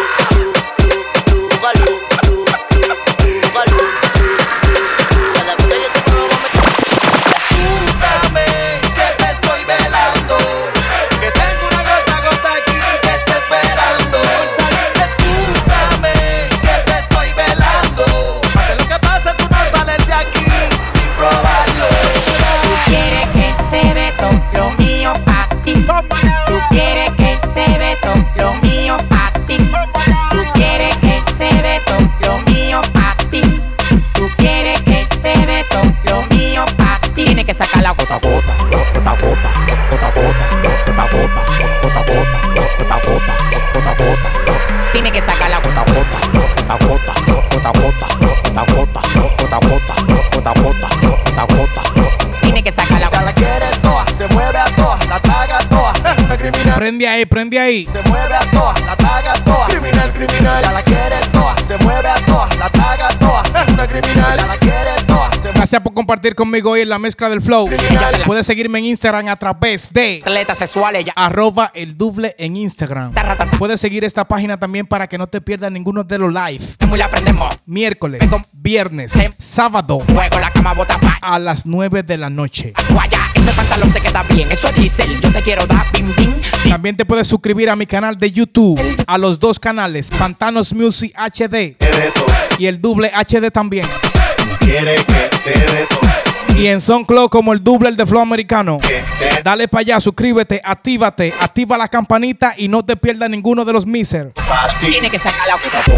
Escúchame, que te estoy velando. Que tengo una gota aquí que te esperando. Escúchame, que te estoy velando. Pase lo que pase, tú no sales de aquí sin probarlo. Tú quieres que te dé todo lo mío pa' ti. Tú quieres que te dé todo lo mío pa' ti. Tú quieres que te dé todo lo mío pa' ti. Tú quieres que te dé todo lo mío pa' ti. Tienes que sacar la gota a gota, gota a gota, gota a gota, gota a gota, gota a gota, gota a gota, gota a gota. Tienes que sacar la gota a gota, gota a gota, gota a gota, gota a gota, gota a gota, gota a gota, gota a gota. Tienes que sacar la gota. La quiere toda, se mueve a todas, la traga a todas. Criminal. Prende ahí, prende ahí. Se mueve a todas, la traga a todas. Criminal, criminal. Ya la quiere todas, se mueve a todas, la traga a todas. Una criminal. Ya la quiere todas. Gracias por compartir conmigo hoy en la mezcla del flow. Puedes seguirme en Instagram a través de atletas sexuales @eldoble en Instagram. Puedes seguir esta página también para que no te pierdas ninguno de los live. Muy la aprendemos. Miércoles, viernes, sábado, Fuego, la cama bota a las 9 de la noche. Guaya, ese pantalón te queda bien. Eso dice, yo te quiero dar bim bim. También te puedes suscribir a mi canal de YouTube, a los dos canales, Pantanos Music HD y el Double HD también. Quiere que te dé todo. Y en SoundCloud como el Double de Flow Americano. Dale para allá, suscríbete, actívate, activa la campanita y no te pierdas ninguno de los misers. Tiene que sacar la gota.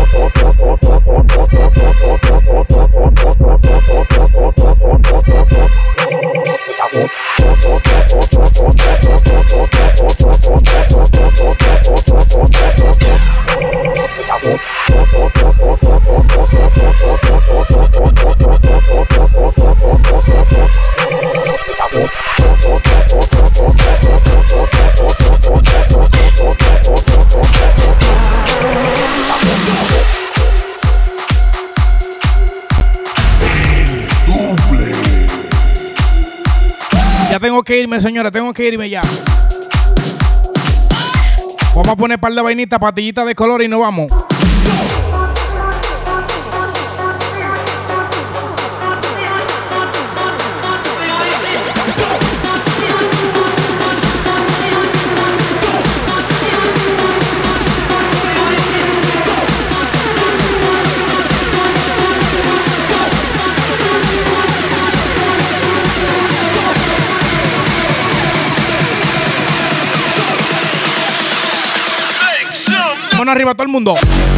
Ya tengo que irme, señora, tengo que irme ya. Vamos a poner un par de vainitas, patillitas de color y nos vamos. Mano arriba todo el mundo.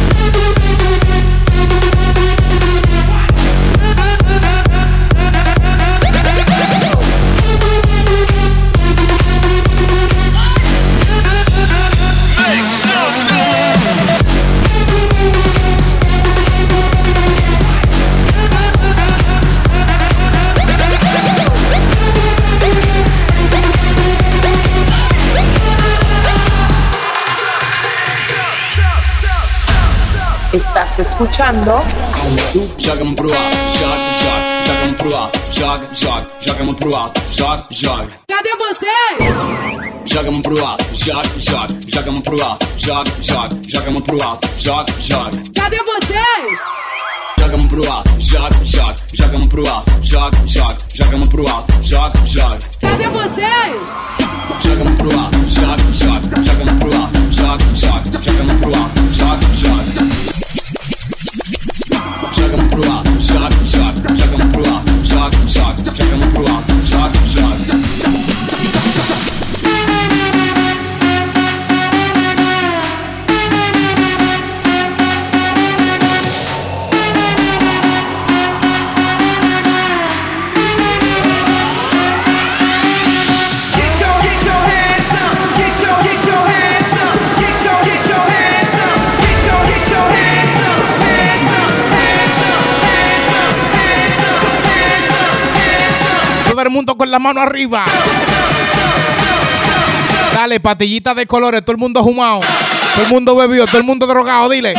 Estás escuchando al Du. Joga-me pro alto, joga-me pro alto, joga-me pro alto, joga. Cadê você? Joga-me pro alto, joga-me pro alto, joga-me pro alto, joga. Cadê vocês? Joga-me pro alto, joga-me pro alto, joga-me pro alto, joga. Cadê vocês? Joga-me pro alto, joga-me pro alto, joga-me pro alto, joga. Joga-me pro alto, joga-me pro alto, joga-me pro alto, joga. Todo el mundo con la mano arriba. Dale, patillita de colores, todo el mundo fumado, todo el mundo bebido, todo el mundo drogado, dile.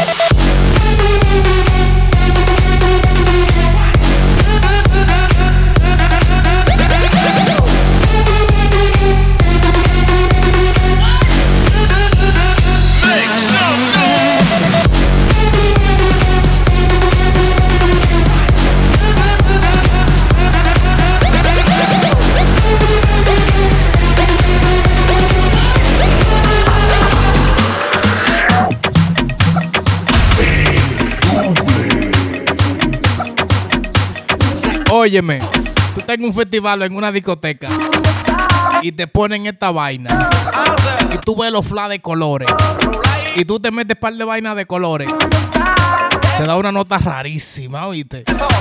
Óyeme, tú estás en un festival o en una discoteca y te ponen esta vaina y tú ves los flash de colores y tú te metes par de vainas de colores, te da una nota rarísima, ¿oíste?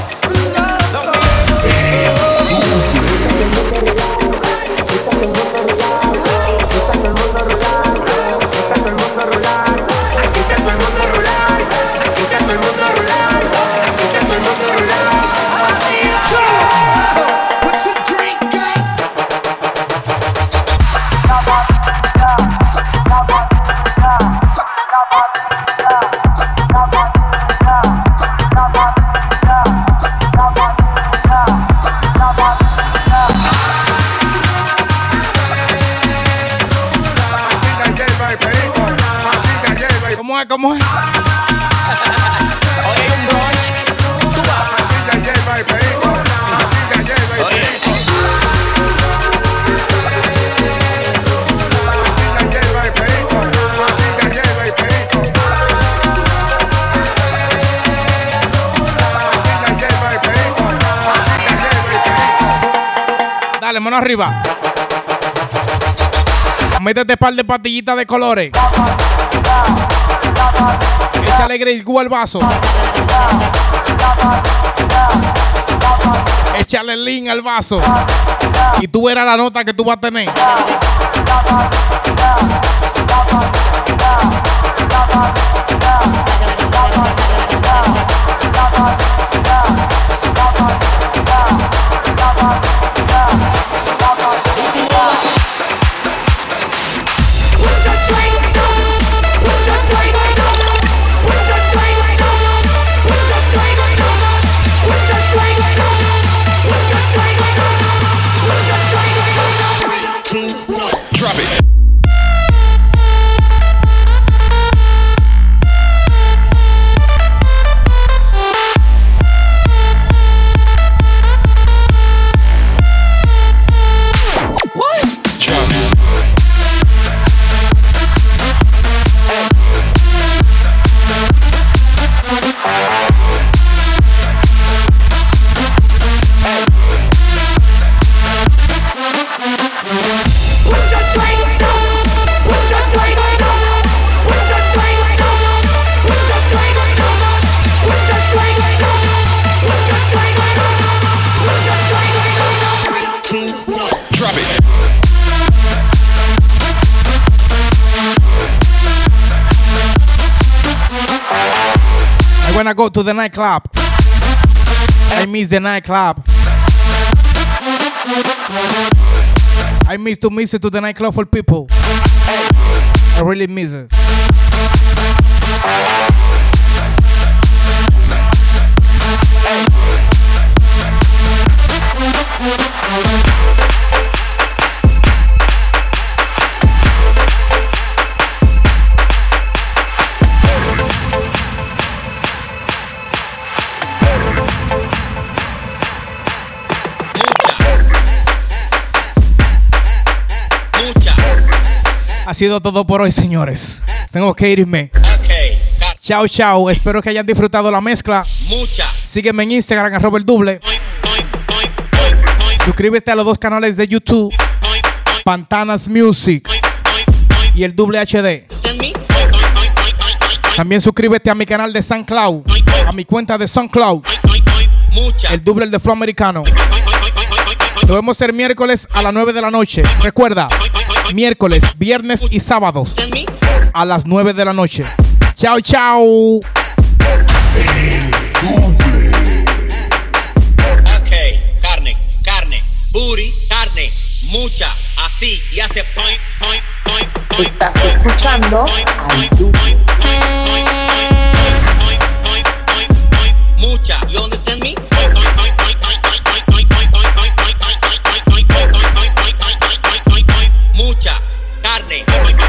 ¿Cómo es? Dale, mano arriba. Métete par de patillitas de colores. Échale Grace Goo al vaso. Échale Lean al vaso. Y tú verás la nota que tú vas a tener. when I go to the nightclub. I miss the nightclub. I miss it to the nightclub for people. I really miss it. Ha sido todo por hoy, señores. Tengo que irme. Chao, chao. Espero que hayan disfrutado la mezcla. Sígueme en Instagram, @elduble. Suscríbete a los dos canales de YouTube, Pantanas Music y el Double HD. También suscríbete a mi canal de SoundCloud, a mi cuenta de SoundCloud, el Double de Flow Americano. Nos vemos el miércoles a las 9 de la noche. Recuerda, miércoles, viernes y sábados a las 9 de la noche. Chao, chao. Ok, carne, booty, carne, mucha, así y hace point, point, point, point. Estás escuchando al Duque. Mucha, you understand me? Mucha carne.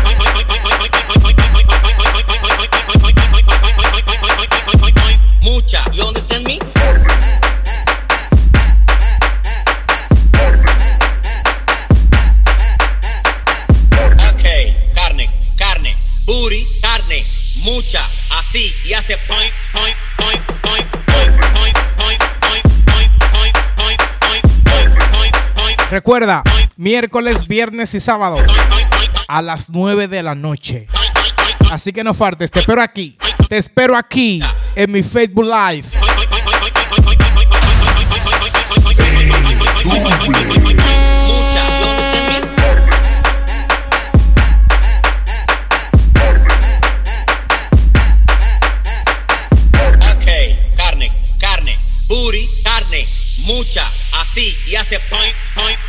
Mucha, you understand me? Okay, carne, booty, carne, mucha, así y hace point, point, point, point, point, point, point, point, point, point, point, point, point. Recuerda, miércoles, viernes y sábado a las 9 de la noche. Así que no faltes, te espero aquí en mi Facebook Live. Ok, carne, booty, carne, mucha, así y hace point, point.